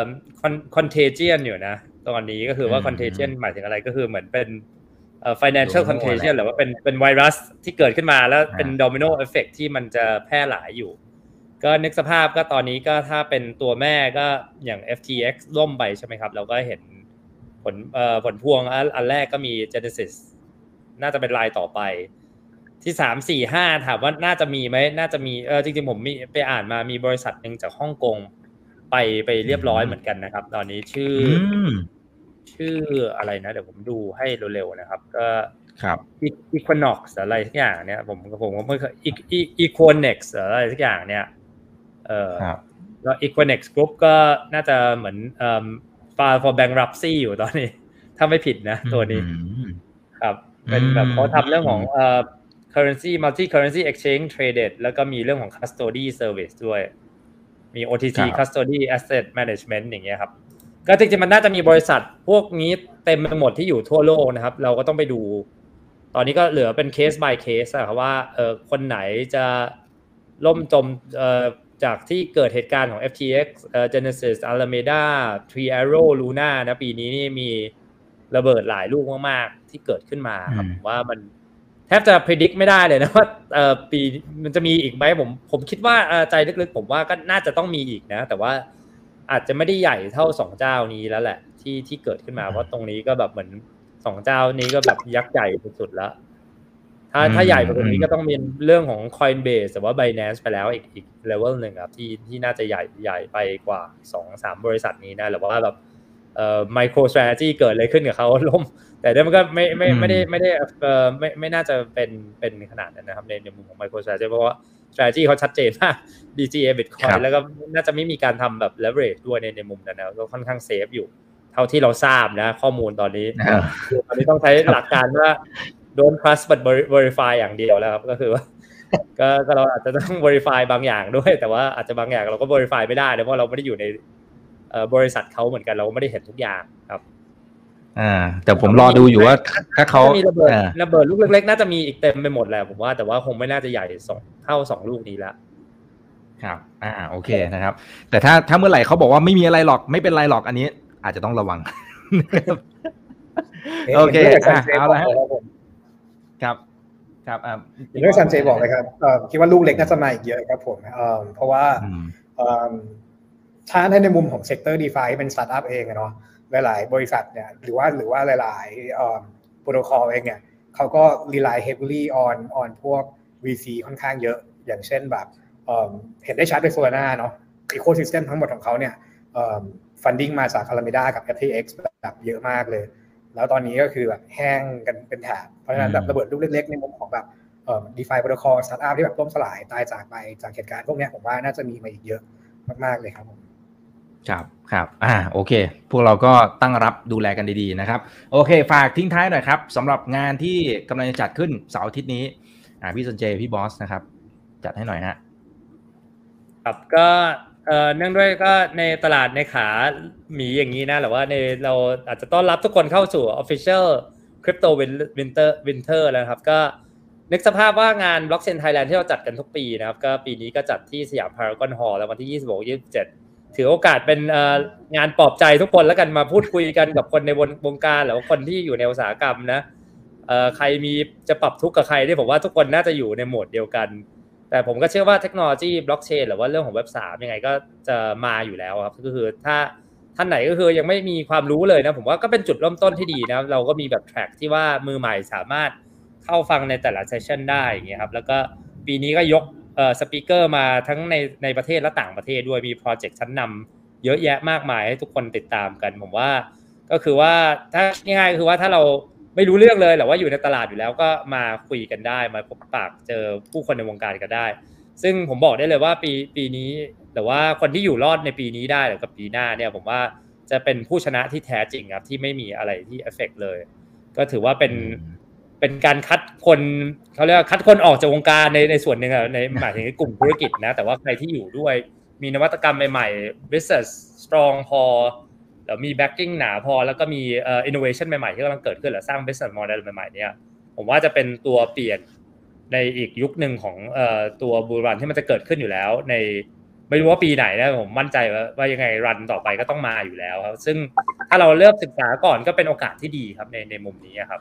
contagion อยู่นะตอนนี้ก็คือว่า contagion หมายถึงอะไรก็คือเหมือนเป็นfinancial contagion หรือว่าเป็นไวรัสที่เกิดขึ้นมาแล้วเป็น domino effect ที่มันจะแพร่หลายอยู่ก็นึกสภาพก็ตอนนี้ก็ถ้าเป็นตัวแม่ก็อย่าง FTX ล่มไปใช่ไหมครับเราก็เห็นผลพวงอันแรกก็มี Genesis น่าจะเป็นรายต่อไปที่3 4 5ถามว่าน่าจะมีไหมน่าจะมีจริงๆผมมีไปอ่านมามีบริษัทนึงจากฮ่องกงไปเรียบร้อยเหมือนกันนะครับตอนนี้ชื่ออะไรนะเดี๋ยวผมดูให้เร็วๆนะครับก็ครับ Equinox อะไรทุกอย่างเนี่ยผมก็ไม่เคยEquinox อะไรทุกอย่างเนี่ยแล้ว Equinox Group ก็น่าจะเหมือนfile for bankruptcy อยู่ตอนนี้ถ้าไม่ผิดนะตัวนี้ครับเป็นแบบเขาทำเรื่องของcurrency multi currency exchange traded แล้วก็มีเรื่องของ custody service ด้วยมี OTC custody asset management อย่างเงี้ยครับก็จริงๆมันน่าจะมีบริษัทพวกนี้เต็มไปหมดที่อยู่ทั่วโลกนะครับเราก็ต้องไปดูตอนนี้ก็เหลือเป็น case by case ครับว่าคนไหนจะล่มจมจากที่เกิดเหตุการณ์ของ FTX Genesis Alameda Three Arrow Luna นะปีนี้นี่มีระเบิดหลายลูกมากๆที่เกิดขึ้นมาครับว่ามันแทบจะ predict ไม่ได้เลยนะว่าปีมันจะมีอีกไหมผมคิดว่าใจลึกๆผมว่าก็น่าจะต้องมีอีกนะแต่ว่าอาจจะไม่ได้ใหญ่เท่า2เจ้านี้แล้วแหละที่เกิดขึ้นมาเพราะตรงนี้ก็แบบเหมือน2เจ้านี้ก็แบบยักษ์ใหญ่สุดๆแล้วถ้าใหญ่กว่าตรงนี้ก็ต้องมีเรื่องของ Coinbase หรือว่า Binance ไปแล้วอีกเลเวลนึงครับที่น่าจะใหญ่ไปกว่า 2-3 บริษัทนี้นะหรือว่าแบบMicroStrategy เกิดอะไรขึ้นกับเขาล่มแต่มันก็ไม่น่าจะเป็นขนาดนั้นนะครับในมุมของ MicroStrategy เพราะว่า strategy เขาชัดเจนมาก DCA Bitcoin แล้วก็น่าจะไม่มีการทำแบบ leverage ด้วยในมุมนั้นนะก็ค่อนข้างเซฟอยู่เท่าที่เราทราบนะข้อมูลตอนนี้ต้องใช้หลักการว่า don't trust but verify อย่างเดียวแล้วครับก็คือว่าก็เราอาจจะต้อง verify บางอย่างด้วยแต่ว่าอาจจะบางอย่างเราก็ verify ไม่ได้เพราะเราไม่ได้อยู่ในบริษัทเขาเหมือนกันเราไม่ได้เห็นทุกอย่างครับแต่ผมรอดูอยู่ว่าถ้าเขามีระเบิดลูกเล็กๆน่าจะมีอีกเต็มไปหมดแหละผมว่าแต่ว่าคงไม่น่าจะใหญ่เท่า2ลูกนี้แล้วครับโอเคนะครับแต่ถ้าเมื่อไหร่เขาบอกว่าไม่มีอะไรหรอกไม่เป็นไรหรอกอันนี้อาจจะต้องระวังโอเคเอาละครับเรื่องซันเจบอกเลยครับคิดว่าลูกเล็กน่าจะมาอีกเยอะครับผมเพราะว่าถ้าในมุมของเซกเตอร์ DeFi เป็นสตาร์ทอัพเองเนาะหลายๆบริษัทเนี่ยหรือว่าหลายๆโปรโตคอลเองเนี่ยเขาก็ rely heavily on พวก VC ค่อนข้างเยอะอย่างเช่นแบบเห็นได้ชัดใน Solana เนาะ ecosystem ทั้งหมดของเขาเนี่ยfunding มาจาก Alameda กับ FTX แบบเยอะมากเลยแล้วตอนนี้ก็คือแบบแห้งกันเป็นแถบเพราะฉะนั้นแบบระเบิดลูกเล็กๆในมุมของแบบDeFi โปรโตคอลสตาร์ทอัพที่แบบล่มสลายตายจากไปจากเหตุการณ์พวกนี้ผมว่าน่าจะมีมาอีกเยอะมากๆเลยครับผมครับโอเคพวกเราก็ตั้งรับดูแลกันดีๆนะครับโอเคฝากทิ้งท้ายหน่อยครับสำหรับงานที่กำลังจะจัดขึ้นเสาร์อาทิตย์นี้พี่สันเจพี่บอสนะครับจัดให้หน่อยฮะครับก็เนื่องด้วยก็ในตลาดในขาหมีอย่างนี้นะหรือว่าเราอาจจะต้อนรับทุกคนเข้าสู่ Official Crypto Winter แล้วครับก็นึกสภาพว่างาน Blockchain Thailand ที่เราจัดกันทุกปีนะครับก็ปีนี้ก็จัดที่สยามพารากอนฮอลล์แล้ววันที่26-27ถือโอกาสเป็นงานปลอบใจทุกคนแล้วกันมาพูดคุยกันกับคนในวงการหรือว่าคนที่อยู่ในอุตสาหกรรมนะใครมีจะปรับทุกข์กับใครที่ผมว่าทุกคนน่าจะอยู่ในโหมดเดียวกันแต่ผมก็เชื่อว่าเทคโนโลยีบล็อกเชนหรือว่าเรื่องของเว็บ3ยังไงก็จะมาอยู่แล้วครับก็คือถ้าท่านไหนก็คือยังไม่มีความรู้เลยนะผมว่าก็เป็นจุดเริ่มต้นที่ดีนะเราก็มีแบบแทร็กที่ว่ามือใหม่สามารถเข้าฟังในแต่ละเซสชั่นได้อย่างเงี้ยครับแล้วก็ปีนี้ก็ยกสปีกเกอร์มาทั้งในประเทศและต่างประเทศด้วยมีโปรเจกต์ชั้นนำเยอะแยะมากมายให้ทุกคนติดตามกันผมว่าก็คือว่าถ้าง่ายๆคือว่าถ้าเราไม่รู้เรื่องเลยหรือว่าอยู่ในตลาดอยู่แล้วก็มาคุยกันได้มาพบปะเจอผู้คนในวงการกันได้ซึ่งผมบอกได้เลยว่าปีนี้หรือว่าคนที่อยู่รอดในปีนี้ได้หรือกับปีหน้าเนี่ยผมว่าจะเป็นผู้ชนะที่แท้จริงครับที่ไม่มีอะไรที่เอฟเฟกต์เลยก็ถือว่าเป็นการคัดคนเขาเรียกว่าคัดคนออกจากวงการในส่วนหนึ่งในหมายถึงกลุ่มธุรกิจนะแต่ว่าใครที่อยู่ด้วยมีนวัตกรรมใหม่ๆ business strong พอแล้วมี backing หนาพอแล้วก็มีinnovation ใหม่ๆที่กำลังเกิดขึ้นหรือสร้าง business model ใหม่ๆเนี่ยผมว่าจะเป็นตัวเปลี่ยนในอีกยุคนึงของตัวบูรันที่มันจะเกิดขึ้นอยู่แล้วในไม่รู้ว่าปีไหนนะผมมั่นใจว่ายังไงรันต่อไปก็ต้องมาอยู่แล้วครับซึ่งถ้าเราเริ่มศึกษาก่อนก็เป็นโอกาสที่ดีครับในมุมนี้ครับ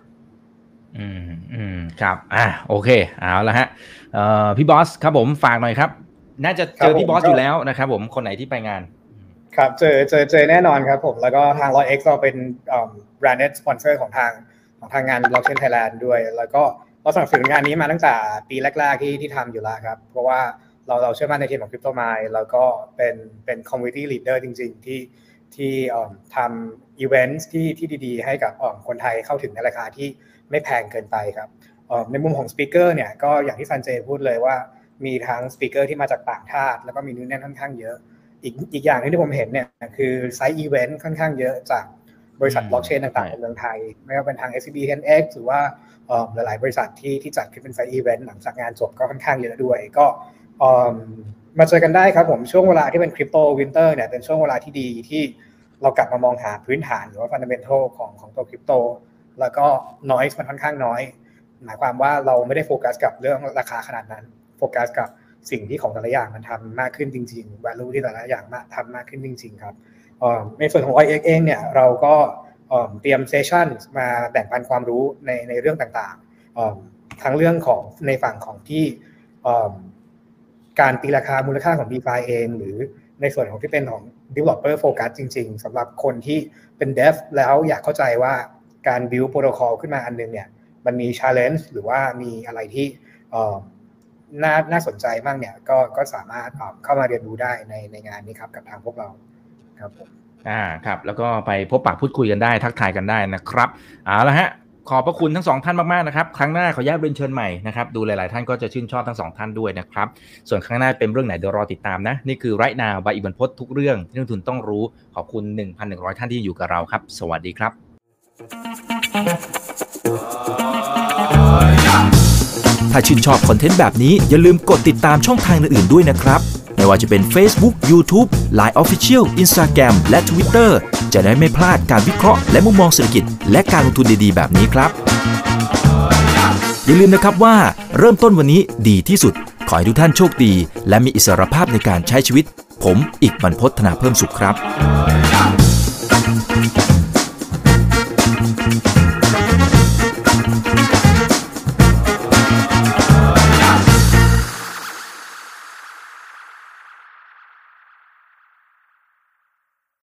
ครับโอเคเอาละฮะพี่บอสครับผมฝากหน่อยครับน่าจะเจอพี่บอสอยู่แล้วนะครับผมคนไหนที่ไปงานครับเจอแน่นอนครับผมแล้วก็ทาง 100x เราเป็นbranded sponsor ของทางงาน Blockchain Thailand ด้วยแล้วก็เราสนับสนุนงานนี้มาตั้งแต่ปีแรกๆที่ทำอยู่แล้วครับเพราะว่าเราเชื่อมั่นในทีมของ CryptoMine แล้วก็เป็น community leader จริงๆที่ทำ events ที่ดีๆให้กับคนไทยเข้าถึงในราคาที่ไม่แพงเกินไปครับในมุมของ speaker เนี่ยก็อย่างที่ซันเจพูดเลยว่ามีทั้ง speaker ที่มาจากต่างชาติแล้วก็มีเนื้อแน่นค่อนข้างเยอะอีกอย่างนึงที่ผมเห็นเนี่ยคือไซต์อีเวนต์ค่อนข้างเยอะจากบริษัทบล็อกเชนต่างๆในเมืองไทยไม่ว่าเป็นทาง SCB 10X หรือว่าหลายๆบริษัทที่จัดขึ้นเป็นไซต์อีเวนต์หลังจากงานจบก็ค่อนข้างเยอะด้วยก็มาเจอกันได้ครับผมช่วงเวลาที่เป็นคริปโตวินเตอร์เนี่ยเป็นช่วงเวลาที่ดีที่เรากลับมามองหาพื้นฐานหรือว่าฟันดัมเมนทัลของตัวคริปโตแล้วก็ noise มันค่อนข้างน้อยหมายความว่าเราไม่ได้โฟกัสกับเรื่องราคาขนาดนั้นโฟกัสกับสิ่งที่ของแต่ละอย่างมันทำมากขึ้นจริงๆ value ที่แต่ละอย่างทำมากขึ้นจริงๆครับในส่วนของ 100x เองเนี่ยเราก็เตรียมเซสชั่นมาแบ่งปันความรู้ในเรื่องต่างๆทั้งเรื่องของในฝั่งของที่การตีราคามูลค่าของ DeFi เองหรือในส่วนของที่เป็นของ developer focus จริงๆสำหรับคนที่เป็น dev แล้วอยากเข้าใจว่าการ build protocol ขึ้นมาอันนึงเนี่ยมันมี challenge หรือว่ามีอะไรที่น่าสนใจมากเนี่ยก็สามารถเข้ามาเรียนรู้ได้ในงานนี้ครับกับทางพวกเราครับผมครับแล้วก็ไปพบปะพูดคุยกันได้ทักทายกันได้นะครับเอาละฮะขอบพระคุณทั้งสองท่านมากๆนะครับครั้งหน้าขออนุญาตเรียนเชิญใหม่นะครับดูหลายๆท่านก็จะชื่นชอบทั้งสองท่านด้วยนะครับส่วนครั้งหน้าเป็นเรื่องไหนเดี๋ยวรอติดตามนะนี่คือ Right Now by อีกบรรพตทุกเรื่องที่นักลงทุนต้องรู้ขอบคุณ 1,100 ท่านที่อยู่กับเราครับสวัสดีครับถ้าชื่นชอบคอนเทนต์แบบนี้อย่าลืมกดติดตามช่องทางอื่นๆด้วยนะครับไม่ว่าจะเป็น Facebook, YouTube, Line Official, Instagram และ Twitter จะได้ไม่พลาดการวิเคราะห์และมุมมองเศรษฐกิจและการลงทุนดีๆแบบนี้ครับอย่าลืมนะครับว่าเริ่มต้นวันนี้ดีที่สุดขอให้ทุกท่านโชคดีและมีอิสรภาพในการใช้ชีวิตผมอีกบรรพต ธนาเพิ่มสุขครับ